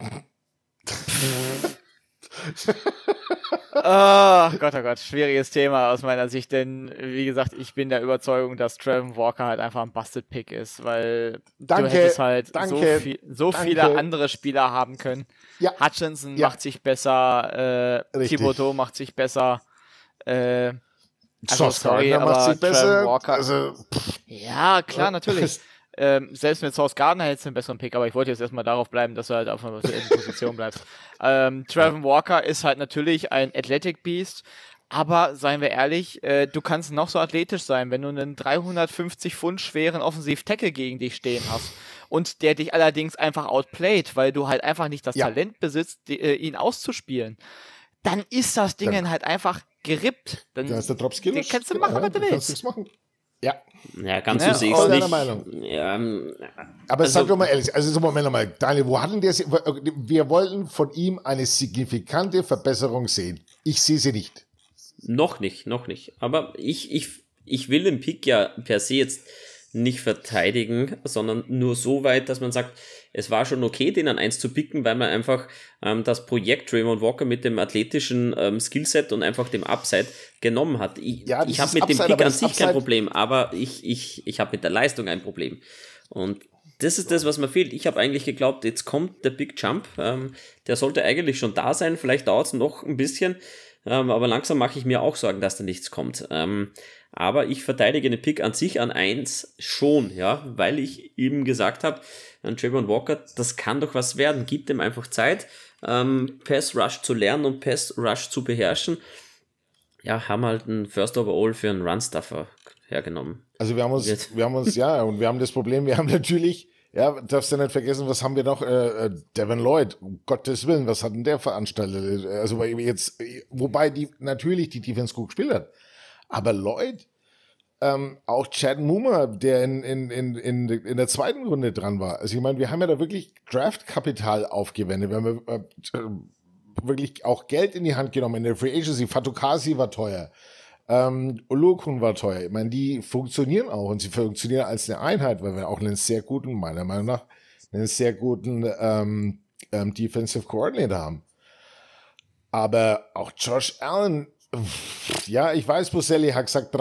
Oh Gott, schwieriges Thema aus meiner Sicht, denn wie gesagt, ich bin der Überzeugung, dass Trevor Walker halt einfach ein Busted-Pick ist, weil du hättest halt so viele andere Spieler haben können. Ja. Hutchinson macht sich besser, Thibodeau macht sich besser, Sauce Gardner macht sich besser. Walker, ja, klar, natürlich. Selbst mit Sauce Gardner hättest du einen besseren Pick, aber ich wollte jetzt erstmal darauf bleiben, dass du halt auf einer Position bleibst. Trevor Walker ist halt natürlich ein Athletic Beast, aber seien wir ehrlich, du kannst noch so athletisch sein, wenn du einen 350 Pfund schweren Offensiv-Tackle gegen dich stehen hast und der dich allerdings einfach outplayt, weil du halt einfach nicht das Talent besitzt, ihn auszuspielen, dann ist das Ding halt einfach gerippt. Dann ist der Drops Skills. Den kannst du machen, was du willst. Ja, ganz so sehe ich es nicht. Meinung. Ja, aber sag doch mal ehrlich, also Moment mal, Daniel, wo hatten der? Wir wollten von ihm eine signifikante Verbesserung sehen. Ich sehe sie nicht. Noch nicht. Aber ich will den Pick ja per se jetzt nicht verteidigen, sondern nur so weit, dass man sagt, es war schon okay, den an 1 zu picken, weil man einfach das Projekt Trayvon Walker mit dem athletischen Skillset und einfach dem Upside genommen hat. Ich habe mit dem Pick an sich kein Problem, aber ich habe mit der Leistung ein Problem. Und das ist das, was mir fehlt. Ich habe eigentlich geglaubt, jetzt kommt der Big Jump. Der sollte eigentlich schon da sein. Vielleicht dauert es noch ein bisschen. Aber langsam mache ich mir auch Sorgen, dass da nichts kommt. Aber ich verteidige den Pick an sich an 1 schon, ja, weil ich eben gesagt habe, an Trayvon Walker, das kann doch was werden. Gib dem einfach Zeit, Pass Rush zu lernen und Pass Rush zu beherrschen. Ja, haben halt einen First Overall für einen Run-Stuffer hergenommen. Also wir haben das Problem, wir haben natürlich, darfst du nicht vergessen, was haben wir noch? Devin Lloyd, um Gottes Willen, was hat denn der veranstaltet? Also wobei natürlich die Defense gut gespielt hat. Aber Lloyd, auch Chad Muma, der in der zweiten Runde dran war. Also ich meine, wir haben ja da wirklich Draftkapital aufgewendet. Wir haben wirklich auch Geld in die Hand genommen in der Free Agency. Fatukasi war teuer. Olokun war teuer. Ich meine, die funktionieren auch, und sie funktionieren als eine Einheit, weil wir auch meiner Meinung nach, einen sehr guten Defensive Coordinator haben. Aber auch Josh Allen, Ja, ich weiß, Boselli hat gesagt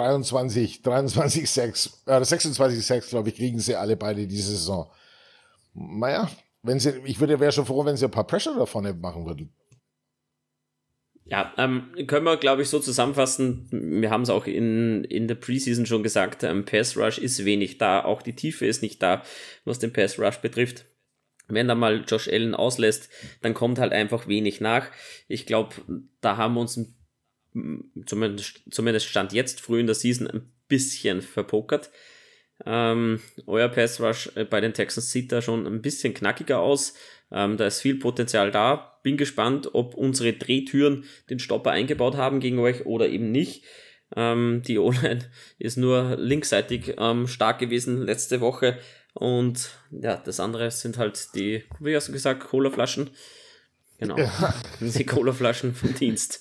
23,6 oder 26,6, glaube ich, kriegen sie alle beide diese Saison. Naja, wäre schon froh, wenn sie ein paar Pressure da vorne machen würden. Ja, können wir, glaube ich, so zusammenfassen. Wir haben es auch in der Preseason schon gesagt, Pass Rush ist wenig da, auch die Tiefe ist nicht da, was den Pass Rush betrifft. Wenn da mal Josh Allen auslässt, dann kommt halt einfach wenig nach. Ich glaube, da haben wir uns zumindest Stand jetzt früh in der Season ein bisschen verpokert. Euer Pass Rush bei den Texans sieht da schon ein bisschen knackiger aus. Da ist viel Potenzial da. Bin gespannt, ob unsere Drehtüren den Stopper eingebaut haben gegen euch oder eben nicht. Die O-Line ist nur linksseitig stark gewesen letzte Woche. Und ja, das andere sind halt die, wie hast du gesagt, Colaflaschen. Genau, ja. Die Colaflaschen vom Dienst.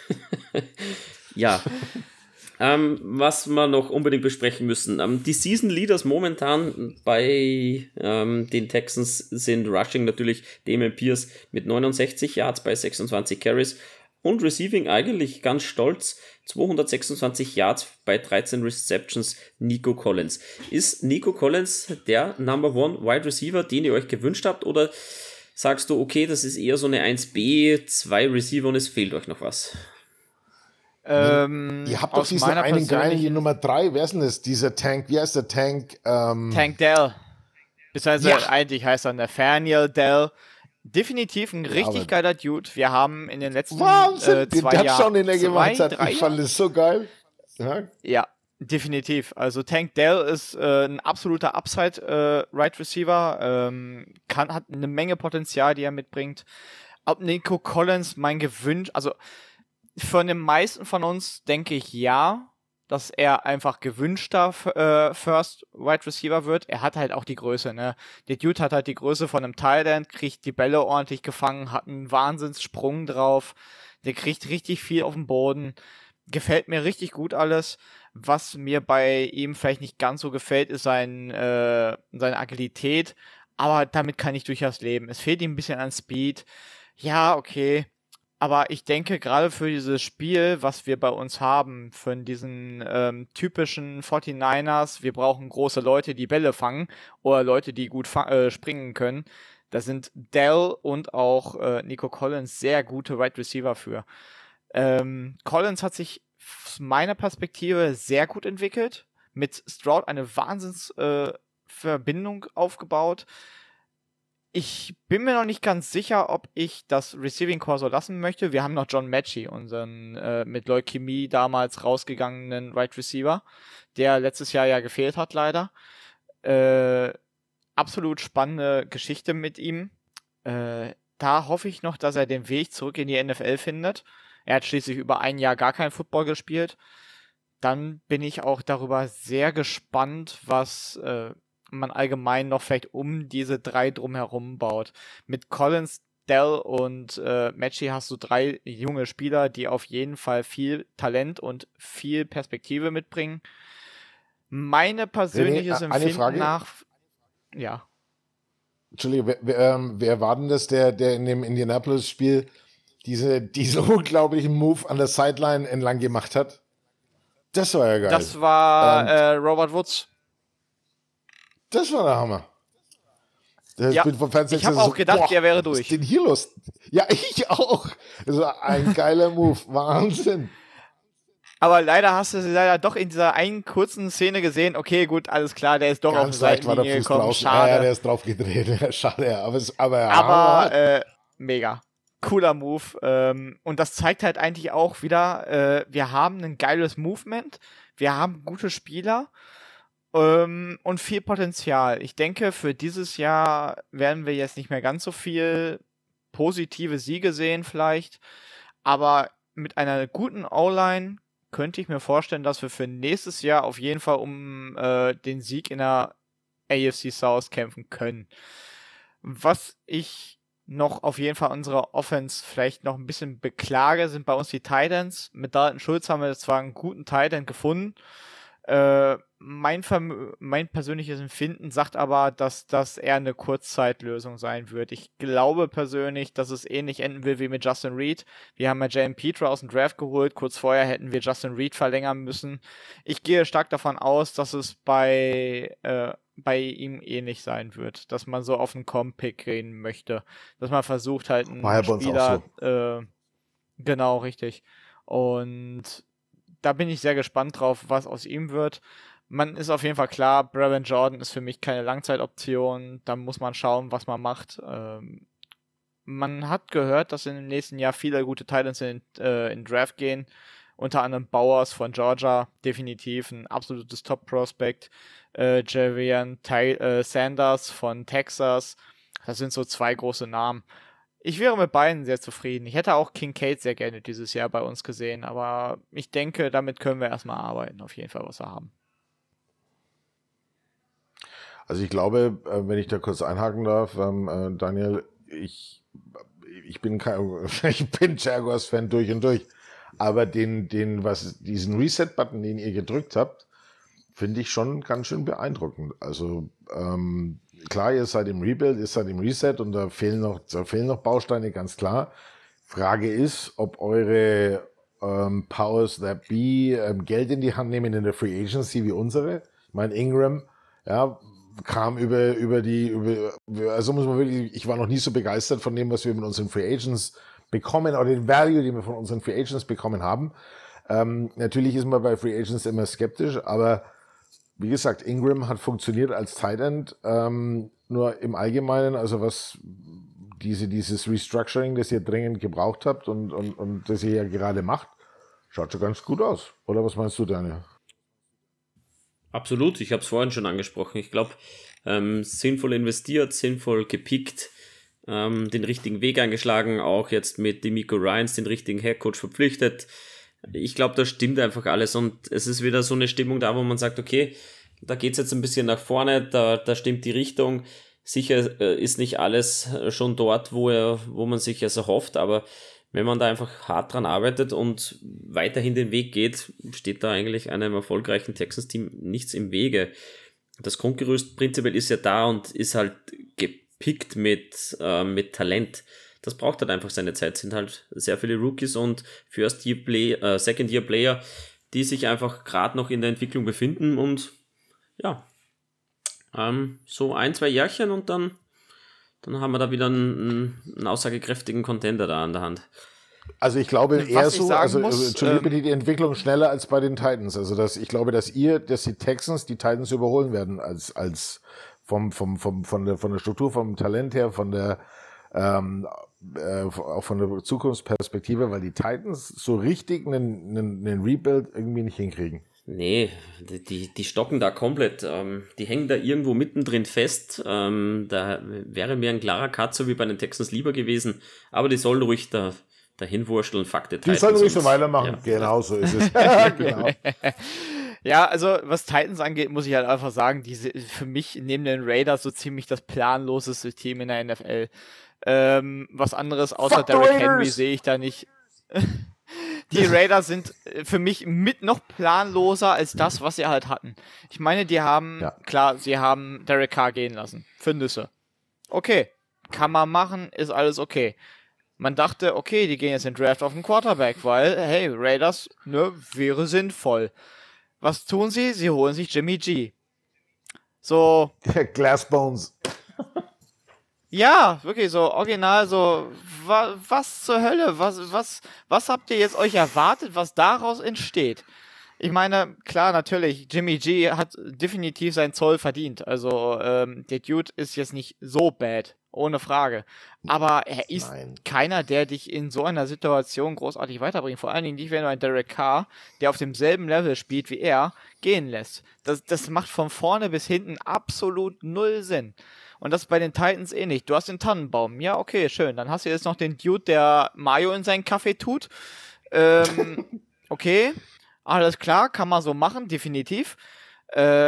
Ja. Was wir noch unbedingt besprechen müssen. Die Season Leaders momentan bei den Texans sind Rushing natürlich Dameon Pierce mit 69 Yards bei 26 Carries und Receiving eigentlich ganz stolz 226 Yards bei 13 Receptions Nico Collins. Ist Nico Collins der Number One Wide Receiver, den ihr euch gewünscht habt, oder sagst du, okay, das ist eher so eine 1B, 2 Receiver und es fehlt euch noch was? Ihr habt doch diesen einen geilen, die Nummer 3, wer ist denn das? Dieser Tank, wie heißt der Tank? Tank Dell. Beziehungsweise eigentlich heißt er Nathaniel Dell. Definitiv ein richtig geiler Dude. Wir haben in den letzten 2 Jahren schon in der gemacht hat. Ich fand das so geil. Ja, definitiv. Also Tank Dell ist ein absoluter Upside Right Receiver. Hat eine Menge Potenzial, die er mitbringt. Ob Nico Collins mein Gewünsch, also von den meisten von uns denke ich ja, dass er einfach gewünschter First Wide Receiver wird. Er hat halt auch die Größe, ne? Der Dude hat halt die Größe von einem Tight End, kriegt die Bälle ordentlich gefangen, hat einen Wahnsinnssprung drauf. Der kriegt richtig viel auf den Boden. Gefällt mir richtig gut alles. Was mir bei ihm vielleicht nicht ganz so gefällt, ist seine Agilität. Aber damit kann ich durchaus leben. Es fehlt ihm ein bisschen an Speed. Ja, okay. Aber ich denke, gerade für dieses Spiel, was wir bei uns haben, für diesen typischen 49ers, wir brauchen große Leute, die Bälle fangen oder Leute, die gut springen können. Da sind Dell und auch Nico Collins sehr gute Wide Receiver für. Collins hat sich aus meiner Perspektive sehr gut entwickelt, mit Stroud eine Verbindung aufgebaut. Ich bin mir noch nicht ganz sicher, ob ich das Receiving Core so lassen möchte. Wir haben noch John Mechie, unseren mit Leukämie damals rausgegangenen Wide Receiver, der letztes Jahr ja gefehlt hat, leider. Absolut spannende Geschichte mit ihm. Da hoffe ich noch, dass er den Weg zurück in die NFL findet. Er hat schließlich über ein Jahr gar keinen Football gespielt. Dann bin ich auch darüber sehr gespannt, was man allgemein noch vielleicht um diese 3 drumherum baut. Mit Collins, Dell und Mechie hast du 3 junge Spieler, die auf jeden Fall viel Talent und viel Perspektive mitbringen. Meine persönliches Empfinden nach... Ja. Entschuldigung, wer war denn das, der in dem Indianapolis-Spiel diesen unglaublichen Move an der Sideline entlang gemacht hat? Das war ja geil. Das war Robert Woods. Das war der Hammer. Ja, ich habe auch gedacht, der wäre durch. Was ist denn hier los? Ja, ich auch. Das war ein geiler Move. Wahnsinn. Aber leider hast du sie doch in dieser einen kurzen Szene gesehen. Okay, gut, alles klar, der ist doch auf die Seitenlinie gekommen. Schade. Ja, der ist drauf gedreht. Schade, aber mega. Cooler Move. Und das zeigt halt eigentlich auch wieder, wir haben ein geiles Movement, wir haben gute Spieler und viel Potenzial. Ich denke, für dieses Jahr werden wir jetzt nicht mehr ganz so viel positive Siege sehen vielleicht, aber mit einer guten O-Line könnte ich mir vorstellen, dass wir für nächstes Jahr auf jeden Fall um den Sieg in der AFC South kämpfen können. Was ich noch auf jeden Fall unsere Offense vielleicht noch ein bisschen beklage, sind bei uns die Titans. Mit Dalton Schulz haben wir zwar einen guten Tight End gefunden, Mein persönliches Empfinden sagt aber, dass das eher eine Kurzzeitlösung sein wird. Ich glaube persönlich, dass es ähnlich enden will wie mit Justin Reed. Wir haben ja Jalen Petra aus dem Draft geholt. Kurz vorher hätten wir Justin Reed verlängern müssen. Ich gehe stark davon aus, dass es bei ihm ähnlich sein wird. Dass man so auf einen Comp-Pick gehen möchte. Dass man versucht halt einen War ja bei uns Spieler... auch so. Genau, richtig. Und da bin ich sehr gespannt drauf, was aus ihm wird. Man ist auf jeden Fall klar, Brevin Jordan ist für mich keine Langzeitoption. Da muss man schauen, was man macht. Man hat gehört, dass in dem nächsten Jahr viele gute Titans in Draft gehen. Unter anderem Bowers von Georgia, definitiv ein absolutes Top-Prospect. Javian Sanders von Texas. Das sind so 2 große Namen. Ich wäre mit beiden sehr zufrieden. Ich hätte auch Kincaid sehr gerne dieses Jahr bei uns gesehen, aber ich denke, damit können wir erstmal arbeiten, auf jeden Fall, was wir haben. Also ich glaube, wenn ich da kurz einhaken darf, Daniel, ich bin Jaguars-Fan durch und durch, aber diesen Reset-Button, den ihr gedrückt habt, finde ich schon ganz schön beeindruckend. Also klar, ihr seid im Rebuild, ihr seid im Reset und da fehlen noch Bausteine, ganz klar. Frage ist, ob eure Powers that be Geld in die Hand nehmen in der Free Agency wie unsere. Ich meine, Ingram, ja, kam also muss man wirklich, ich war noch nie so begeistert von dem, was wir mit unseren Free Agents bekommen oder den Value, den wir von unseren Free Agents bekommen haben. Natürlich ist man bei Free Agents immer skeptisch, aber wie gesagt, Ingram hat funktioniert als Tight End, nur im Allgemeinen, also was dieses Restructuring, das ihr dringend gebraucht habt und das ihr ja gerade macht, schaut schon ganz gut aus. Oder was meinst du, Daniel? Absolut, ich habe es vorhin schon angesprochen. Ich glaube, sinnvoll investiert, sinnvoll gepickt, den richtigen Weg eingeschlagen, auch jetzt mit DeMeco Ryans den richtigen Headcoach verpflichtet. Ich glaube, da stimmt einfach alles und es ist wieder so eine Stimmung da, wo man sagt, okay, da geht es jetzt ein bisschen nach vorne, da stimmt die Richtung. Sicher ist nicht alles schon dort, wo man sich es erhofft, aber wenn man da einfach hart dran arbeitet und weiterhin den Weg geht, steht da eigentlich einem erfolgreichen Texans-Team nichts im Wege. Das Grundgerüst prinzipiell ist ja da und ist halt gepickt mit Talent. Das braucht halt einfach seine Zeit. Es sind halt sehr viele Rookies und Second-Year-Player, die sich einfach gerade noch in der Entwicklung befinden und ja, so 1-2 Jährchen und dann haben wir da wieder einen aussagekräftigen Contender da an der Hand. Also ich glaube eher so, Entschuldigung, die Entwicklung schneller als bei den Titans. Also ich glaube, dass die Texans die Titans überholen werden als von der Struktur, vom Talent her, auch von der Zukunftsperspektive, weil die Titans so richtig einen Rebuild irgendwie nicht hinkriegen. Nee, die stocken da komplett. Die hängen da irgendwo mittendrin fest. Da wäre mir ein klarer Cut, so wie bei den Texans lieber gewesen. Aber die sollen ruhig dahin wursteln, Fakte Die sollen ruhig so weitermachen. Ja. Genau, so ist es. Genau. Ja, also was Titans angeht, muss ich halt einfach sagen, für mich neben den Raiders so ziemlich das planloseste Team in der NFL. Was anderes außer Derrick Henry sehe ich da nicht. Die Raiders sind für mich mit noch planloser als das, was sie halt hatten. Ich meine, sie haben Derek Carr gehen lassen. Für Nüsse. Okay. Kann man machen, ist alles okay. Man dachte, okay, die gehen jetzt in den Draft auf den Quarterback, weil, hey, Raiders, wäre sinnvoll. Was tun sie? Sie holen sich Jimmy G. So. Glassbones. Ja, wirklich so original so, was zur Hölle, was habt ihr jetzt euch erwartet, was daraus entsteht? Ich meine, klar, natürlich, Jimmy G hat definitiv seinen Zoll verdient, also der Dude ist jetzt nicht so bad, ohne Frage, aber er ist keiner, der dich in so einer Situation großartig weiterbringt, vor allen Dingen nicht, wenn du einen Derek Carr, der auf demselben Level spielt wie er, gehen lässt. Das macht von vorne bis hinten absolut null Sinn. Und das ist bei den Titans ähnlich. Du hast den Tannenbaum. Ja, okay, schön. Dann hast du jetzt noch den Dude, der Mayo in seinen Kaffee tut. Okay, alles klar, kann man so machen, definitiv.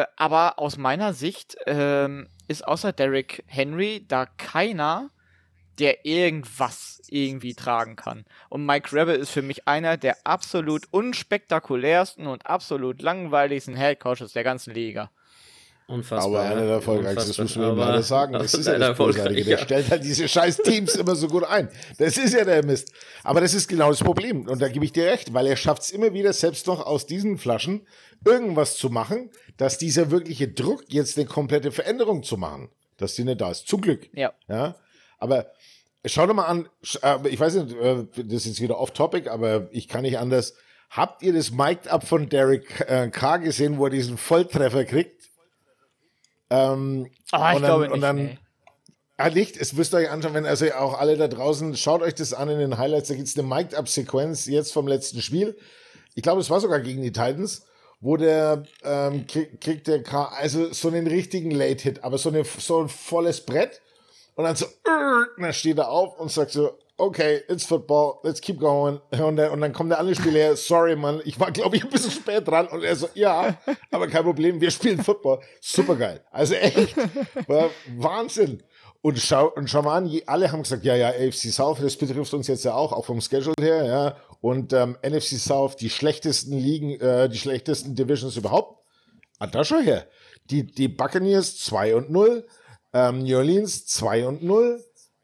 Aber aus meiner Sicht ist außer Derrick Henry da keiner, der irgendwas irgendwie tragen kann. Und Mike Rebel ist für mich einer der absolut unspektakulärsten und absolut langweiligsten Headcoaches der ganzen Liga. Unfassbar. Aber einer der erfolgreichsten, das muss man ihm leider sagen. Das ist ja das Großartige. Der stellt halt diese scheiß Teams immer so gut ein. Das ist ja der Mist. Aber das ist genau das Problem. Und da gebe ich dir recht, weil er schafft es immer wieder, selbst noch aus diesen Flaschen irgendwas zu machen, dass dieser wirkliche Druck, jetzt eine komplette Veränderung zu machen, dass die nicht da ist. Zum Glück. Ja. Aber schau doch mal an, ich weiß nicht, das ist jetzt wieder off-topic, aber ich kann nicht anders. Habt ihr das Mic'd-Up von Derek Carr gesehen, wo er diesen Volltreffer kriegt? Ich glaube nicht. Nee. Nicht, es müsst ihr euch anschauen, wenn also auch alle da draußen, schaut euch das an in den Highlights, da gibt es eine Mic'd-Up-Sequenz jetzt vom letzten Spiel. Ich glaube, es war sogar gegen die Titans, wo der kriegt der Carr also so einen richtigen Late-Hit, aber so ein volles Brett und dann so, dann steht er auf und sagt so, okay, it's football, let's keep going. Und dann kommt der andere Spieler her, sorry, Mann, ich war, glaube ich, ein bisschen spät dran. Und er so, ja, aber kein Problem, wir spielen Football. Supergeil. Also echt, war Wahnsinn. Und schau mal an, alle haben gesagt, ja, AFC South, das betrifft uns jetzt ja auch vom Schedule her, ja. Und NFC South, die schlechtesten Ligen, die schlechtesten Divisions überhaupt. Da schau her. Die Buccaneers 2-0, New Orleans 2-0.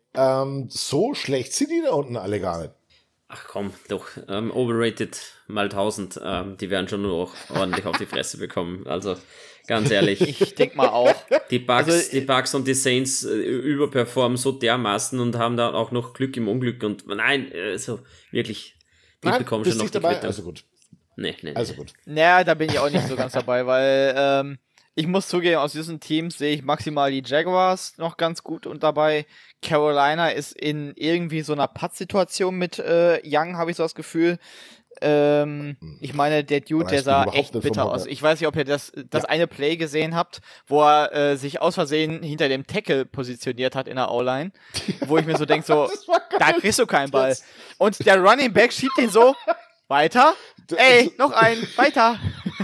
So schlecht sind die da unten alle gar nicht. Ach komm, doch, overrated mal 1000, die werden schon nur auch ordentlich auf die Fresse bekommen, also ganz ehrlich. Ich denke mal auch. Die Bucks und die Saints überperformen so dermaßen und haben da auch noch Glück im Unglück und nein, also wirklich, die bekommen schon noch die dabei? Quittung. Also gut. Nee. Also gut. Naja, da bin ich auch nicht so ganz dabei, weil ich muss zugeben, aus diesen Teams sehe ich maximal die Jaguars noch ganz gut und dabei. Carolina ist in irgendwie so einer Pattsituation mit Young, habe ich so das Gefühl. Ich meine, der Dude, der sah echt bitter aus. Ich weiß nicht, ob ihr das eine Play gesehen habt, wo er sich aus Versehen hinter dem Tackle positioniert hat in der O-Line, wo ich mir so denke, so, da kriegst du keinen Ball. Und der Running Back schiebt ihn so, weiter, noch ein, weiter.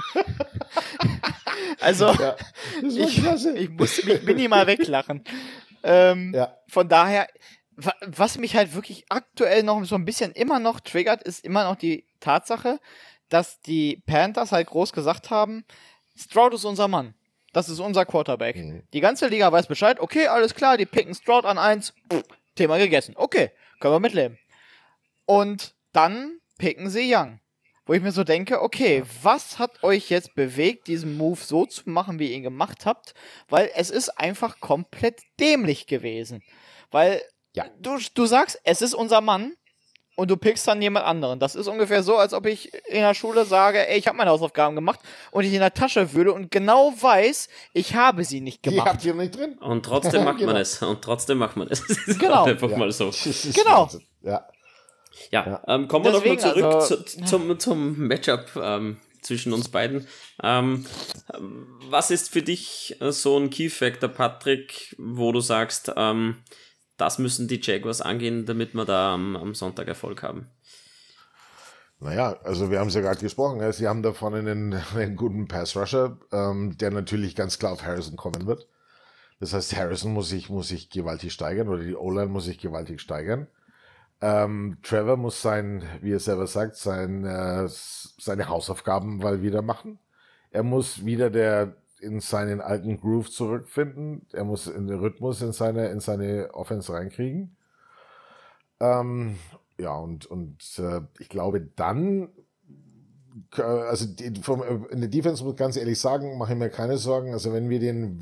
Also, ich muss mich minimal weglachen. Von daher, was mich halt wirklich aktuell noch so ein bisschen immer noch triggert, ist immer noch die Tatsache, dass die Panthers halt groß gesagt haben, Stroud ist unser Mann. Das ist unser Quarterback. Mhm. Die ganze Liga weiß Bescheid. Okay, alles klar, die picken Stroud an 1. Thema gegessen. Okay, können wir mitleben. Und dann picken sie Young. Wo ich mir so denke, okay, was hat euch jetzt bewegt, diesen Move so zu machen, wie ihr ihn gemacht habt? Weil es ist einfach komplett dämlich gewesen. Weil du sagst, es ist unser Mann und du pickst dann jemand anderen. Das ist ungefähr so, als ob ich in der Schule sage, ich habe meine Hausaufgaben gemacht und ich in der Tasche wühle und genau weiß, ich habe sie nicht gemacht. Die habt ihr nicht drin. Und trotzdem macht man es. Das ist genau. Einfach mal so. Genau. Ja, kommen wir nochmal zurück zum Matchup zwischen uns beiden. Was ist für dich so ein Key-Factor, Patrick, wo du sagst, das müssen die Jaguars angehen, damit wir da am Sonntag Erfolg haben? Naja, also wir haben es ja gerade gesprochen, sie haben da vorne einen guten Pass-Rusher, der natürlich ganz klar auf Harrison kommen wird. Das heißt, Harrison muss sich gewaltig steigern oder die O-Line muss sich gewaltig steigern. Trevor muss wie er selber sagt, seine Hausaufgaben mal wieder machen. Er muss wieder in seinen alten Groove zurückfinden. Er muss in den Rhythmus in seine Offense reinkriegen. Und ich glaube dann, also in der Defense muss ich ganz ehrlich sagen, mache ich mir keine Sorgen. Also wenn wir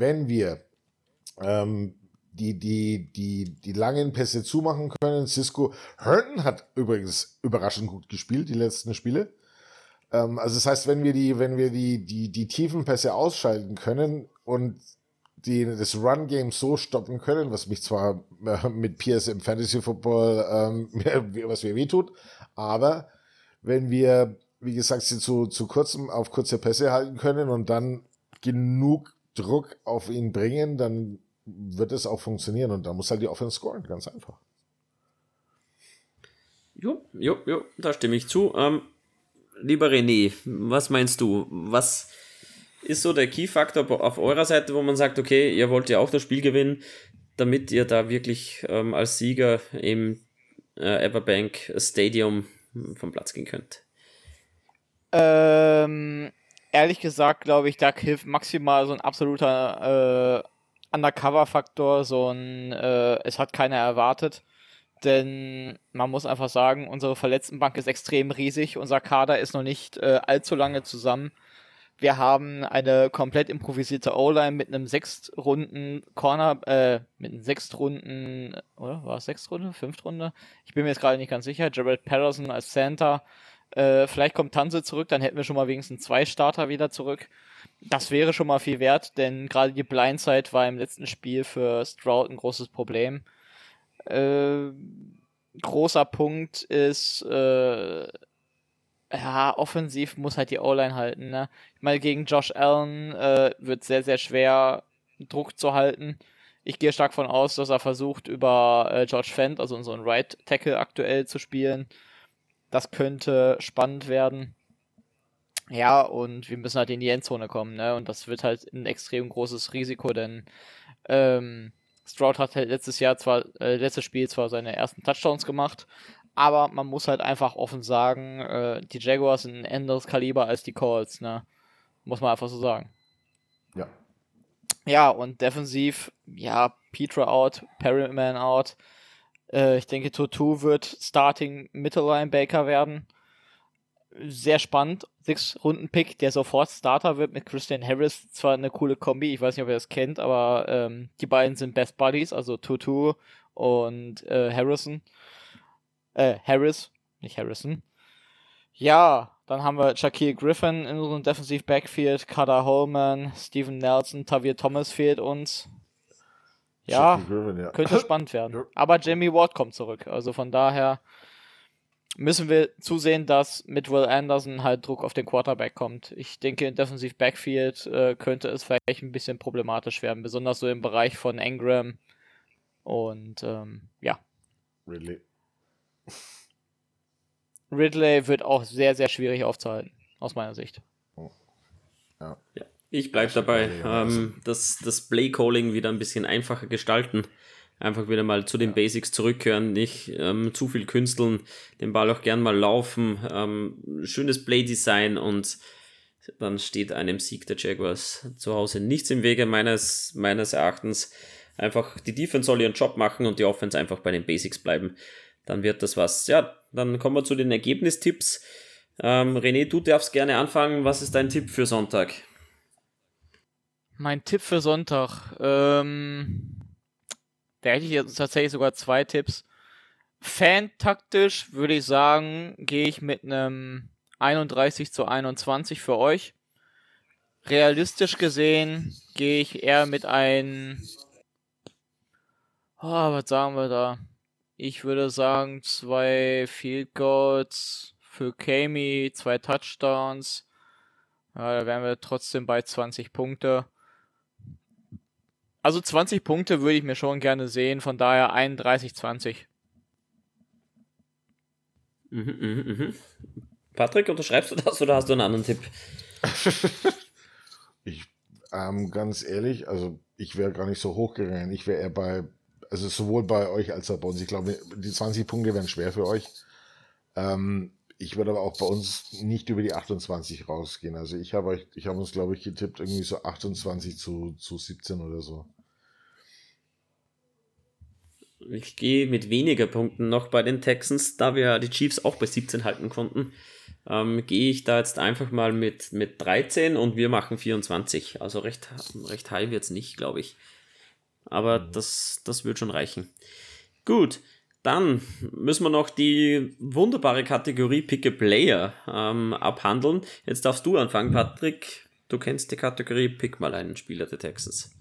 die langen Pässe zumachen können. Cisco Herndon hat übrigens überraschend gut gespielt, die letzten Spiele. Also das heißt, wenn wir die tiefen Pässe ausschalten können und das Run-Game so stoppen können, was mich zwar mit Pierce im Fantasy-Football was mir wehtut, aber wenn wir, wie gesagt, sie auf kurze Pässe halten können und dann genug Druck auf ihn bringen, dann wird es auch funktionieren und da muss halt die Offense scoren, ganz einfach. Jo, da stimme ich zu. Lieber René, was meinst du? Was ist so der Key-Faktor auf eurer Seite, wo man sagt, okay, ihr wollt ja auch das Spiel gewinnen, damit ihr da wirklich als Sieger im Everbank Stadium vom Platz gehen könnt? Ehrlich gesagt, glaube ich, da hilft maximal so ein absoluter Undercover-Faktor, es hat keiner erwartet. Denn man muss einfach sagen, unsere Verletztenbank ist extrem riesig, unser Kader ist noch nicht allzu lange zusammen. Wir haben eine komplett improvisierte O-Line mit einem 6-Runden Corner, mit einem 6-Runden, oder? War es 6-Runde? 5-Runde? Ich bin mir jetzt gerade nicht ganz sicher. Jared Patterson als Center. Vielleicht kommt Tanse zurück, dann hätten wir schon mal wenigstens 2 Starter wieder zurück. Das wäre schon mal viel wert, denn gerade die Blindside war im letzten Spiel für Stroud ein großes Problem. Großer Punkt ist, offensiv muss halt die O-Line halten, ne? Ich meine, gegen Josh Allen wird sehr, sehr schwer, Druck zu halten. Ich gehe stark davon aus, dass er versucht, über George Fent, also unseren Right Tackle aktuell, zu spielen. Das könnte spannend werden. Ja, und wir müssen halt in die Endzone kommen, ne? Und das wird halt ein extrem großes Risiko, denn Stroud hat halt letztes Spiel zwar seine ersten Touchdowns gemacht, aber man muss halt einfach offen sagen, die Jaguars sind ein anderes Kaliber als die Colts, ne? Muss man einfach so sagen. Ja. Ja, und defensiv, ja, Petra out, Perryman out. Ich denke, Tutu wird Starting Mittellinebacker werden. Sehr spannend. 6-Runden-Pick, der sofort Starter wird mit Christian Harris. Zwar eine coole Kombi, ich weiß nicht, ob ihr das kennt, aber die beiden sind Best Buddies, also Tutu und Harris, nicht Harrison. Ja, dann haben wir Shaquille Griffin in unserem Defensive Backfield, Kada Holman, Steven Nelson, Tavir Thomas fehlt uns. Ja, Griffin, ja, könnte spannend werden. Aber Jamie Ward kommt zurück, also von daher müssen wir zusehen, dass mit Will Anderson halt Druck auf den Quarterback kommt. Ich denke, im Defensive Backfield könnte es vielleicht ein bisschen problematisch werden, besonders so im Bereich von Engram und ja. Ridley wird auch sehr, sehr schwierig aufzuhalten, aus meiner Sicht. Ja. Ich bleibe dabei, das Play-Calling wieder ein bisschen einfacher gestalten. Einfach wieder mal zu den Basics zurückkehren, nicht zu viel künsteln, den Ball auch gern mal laufen, schönes Play-Design und dann steht einem Sieg der Jaguars zu Hause nichts im Wege meines Erachtens. Einfach die Defense soll ihren Job machen und die Offense einfach bei den Basics bleiben. Dann wird das was. Ja, dann kommen wir zu den Ergebnistipps. René, du darfst gerne anfangen. Was ist dein Tipp für Sonntag? Mein Tipp für Sonntag, da hätte ich jetzt tatsächlich sogar 2 Tipps. Fan-taktisch würde ich sagen, gehe ich mit einem 31-21 für euch. Realistisch gesehen gehe ich eher mit einem, was sagen wir da? Ich würde sagen 2 Field Goals für Kami, 2 Touchdowns. Ja, da wären wir trotzdem bei 20 Punkte. Also 20 Punkte würde ich mir schon gerne sehen, von daher 31-20. Patrick, unterschreibst du das oder hast du einen anderen Tipp? Ganz ehrlich, also ich wäre gar nicht so hochgegangen. Ich wäre eher bei, also sowohl bei euch als auch bei uns. Ich glaube, die 20 Punkte wären schwer für euch. Ich würde aber auch bei uns nicht über die 28 rausgehen. Also ich habe uns, glaube ich, getippt, irgendwie so 28 zu 17 oder so. Ich gehe mit weniger Punkten noch bei den Texans, da wir die Chiefs auch bei 17 halten konnten. Gehe ich da jetzt einfach mal mit 13 und wir machen 24. Also recht high wird es nicht, glaube ich. Aber das wird schon reichen. Gut, dann müssen wir noch die wunderbare Kategorie Pick a Player abhandeln. Jetzt darfst du anfangen, Patrick. Du kennst die Kategorie, pick mal einen Spieler der Texans.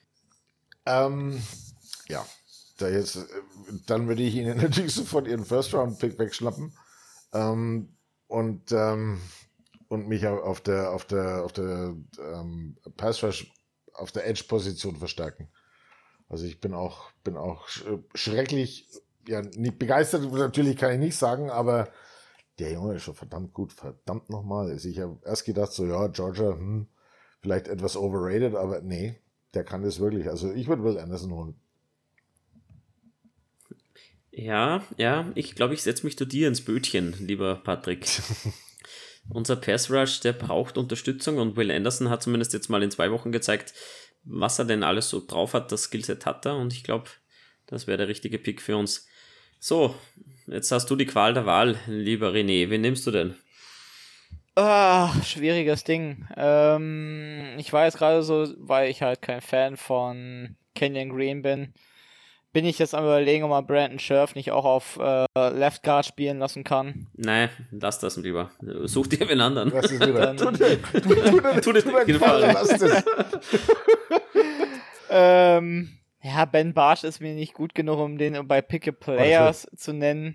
Ja, dann würde ich Ihnen natürlich sofort Ihren First-Round-Pick wegschnappen und mich auf der Pass-Rush, auf der Edge-Position verstärken. Also ich bin auch schrecklich, ja, nicht begeistert, natürlich kann ich nicht sagen, aber der Junge ist schon verdammt gut, verdammt nochmal. Also ich habe erst gedacht, so ja, Georgia, vielleicht etwas overrated, aber nee, der kann das wirklich. Also ich würde Will Anderson holen. Ja, ich glaube, ich setze mich zu dir ins Bötchen, lieber Patrick. Unser Pass Rush, der braucht Unterstützung und Will Anderson hat zumindest jetzt mal in 2 Wochen gezeigt, was er denn alles so drauf hat, das Skillset hat er und ich glaube, das wäre der richtige Pick für uns. So, jetzt hast du die Qual der Wahl, lieber René. Wen nimmst du denn? Schwieriges Ding. Ich war jetzt gerade so, weil ich halt kein Fan von Kenyon Green bin ich jetzt am Überlegen, ob man Brandon Scherf nicht auch auf Left Guard spielen lassen kann. Nein, lass das lieber. Such dir einen anderen. Das ist wieder. Tu dir Gefallen. Lass das. Ja, Ben Bartsch ist mir nicht gut genug, um den bei Pick-a-Players zu nennen.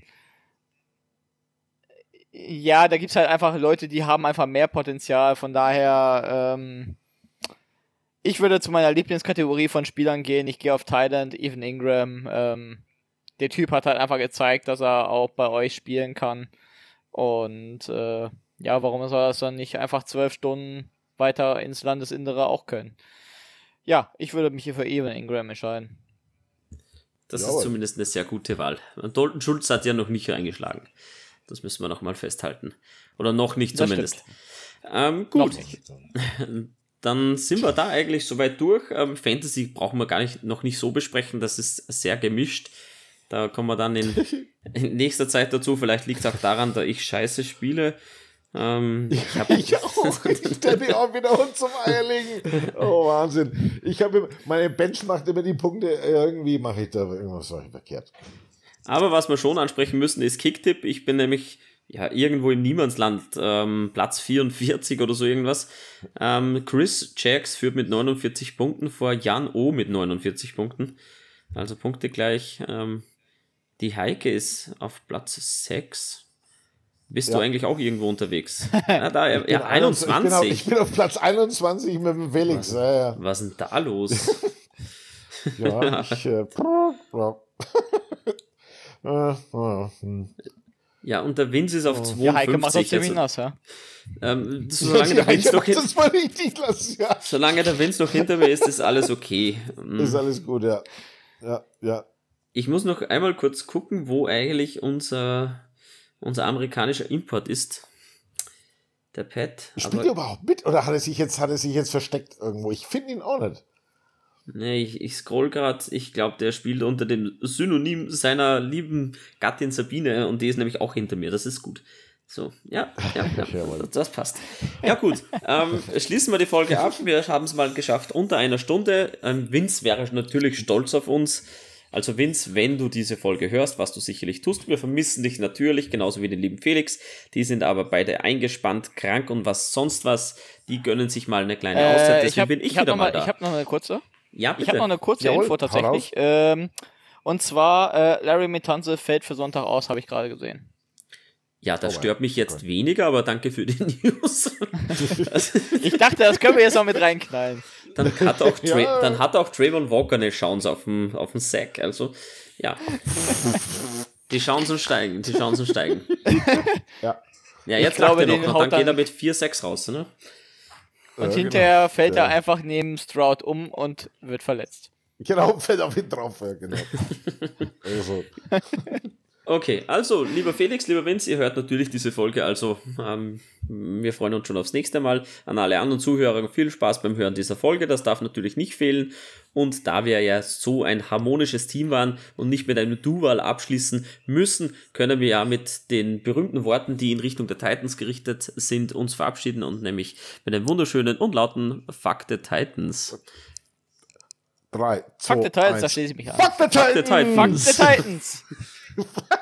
Ja, da gibt es halt einfach Leute, die haben einfach mehr Potenzial. Von daher, ich würde zu meiner Lieblingskategorie von Spielern gehen. Ich gehe auf Thailand, Evan Ingram. Der Typ hat halt einfach gezeigt, dass er auch bei euch spielen kann. Und ja, warum soll er das dann nicht einfach 12 Stunden weiter ins Landesinnere auch können? Ja, ich würde mich hier für Evan Ingram entscheiden. Das ist zumindest eine sehr gute Wahl. Dalton Schulz hat ja noch nicht reingeschlagen. Das müssen wir noch mal festhalten. Oder noch nicht zumindest. Gut. Noch nicht. Dann sind wir da eigentlich soweit durch. Fantasy brauchen wir noch nicht so besprechen. Das ist sehr gemischt. Da kommen wir dann in nächster Zeit dazu. Vielleicht liegt es auch daran, dass ich scheiße spiele. Ich auch. Ich stelle auch wieder Hund zum Eierlegen. Oh, Wahnsinn. Meine Bench macht immer die Punkte. Irgendwie mache ich da irgendwas verkehrt. Aber was wir schon ansprechen müssen, ist Kicktipp. Ich bin nämlich irgendwo im Niemandsland, Platz 44 oder so irgendwas. Chris Jacks führt mit 49 Punkten vor Jan O. mit 49 Punkten. Also Punkte gleich. Die Heike ist auf Platz 6. Bist du eigentlich auch irgendwo unterwegs? Da, 21. Ich bin auf Platz 21 mit dem Felix. Was ist denn da los? Ja, und der Vince ist auf 52. Ja, Heike macht das ziemlich nass, ja. Solange der Vince noch hinter mir ist, ist alles okay. Ist alles gut, ja. Ja. Ich muss noch einmal kurz gucken, wo eigentlich unser amerikanischer Import ist. Der Pat. Spielt er überhaupt mit oder hat er sich jetzt versteckt irgendwo? Ich finde ihn auch nicht. Nee, ich scroll gerade. Ich glaube, der spielt unter dem Synonym seiner lieben Gattin Sabine und die ist nämlich auch hinter mir. Das ist gut. So, ja, das passt. Ja gut, schließen wir die Folge ab. Wir haben es mal geschafft unter einer Stunde. Vince wäre natürlich stolz auf uns. Also Vince, wenn du diese Folge hörst, was du sicherlich tust, wir vermissen dich natürlich, genauso wie den lieben Felix. Die sind aber beide eingespannt, krank und was sonst was. Die gönnen sich mal eine kleine Auszeit, deswegen bin ich wieder mal da. Ich habe noch eine kurze. Ja, bitte. Ich habe noch eine kurze Info tatsächlich. Und zwar, Larry Mitanze fällt für Sonntag aus, habe ich gerade gesehen. Ja, das stört mich jetzt weniger, aber danke für die News. Ich dachte, das können wir jetzt noch mit reinknallen. Dann hat auch Trayvon Walker eine Chance auf den Sack. Also, ja. Die Chancen steigen. Ja, jetzt lacht er noch. Und dann geht er mit 4-6 raus, ne? Und hinterher fällt er einfach neben Stroud um und wird verletzt. Genau, fällt auf ihn drauf. Ja, genau. Also. Okay, also, lieber Felix, lieber Vince, ihr hört natürlich diese Folge, also wir freuen uns schon aufs nächste Mal. An alle anderen Zuhörer viel Spaß beim Hören dieser Folge, das darf natürlich nicht fehlen. Und da wir ja so ein harmonisches Team waren und nicht mit einem Duval abschließen müssen, können wir ja mit den berühmten Worten, die in Richtung der Titans gerichtet sind, uns verabschieden und nämlich mit einem wunderschönen und lauten Fuck the Titans. 3, 2, Fuck the Titans, da schließe ich mich an. Fuck the Titans! Fuck the Titans!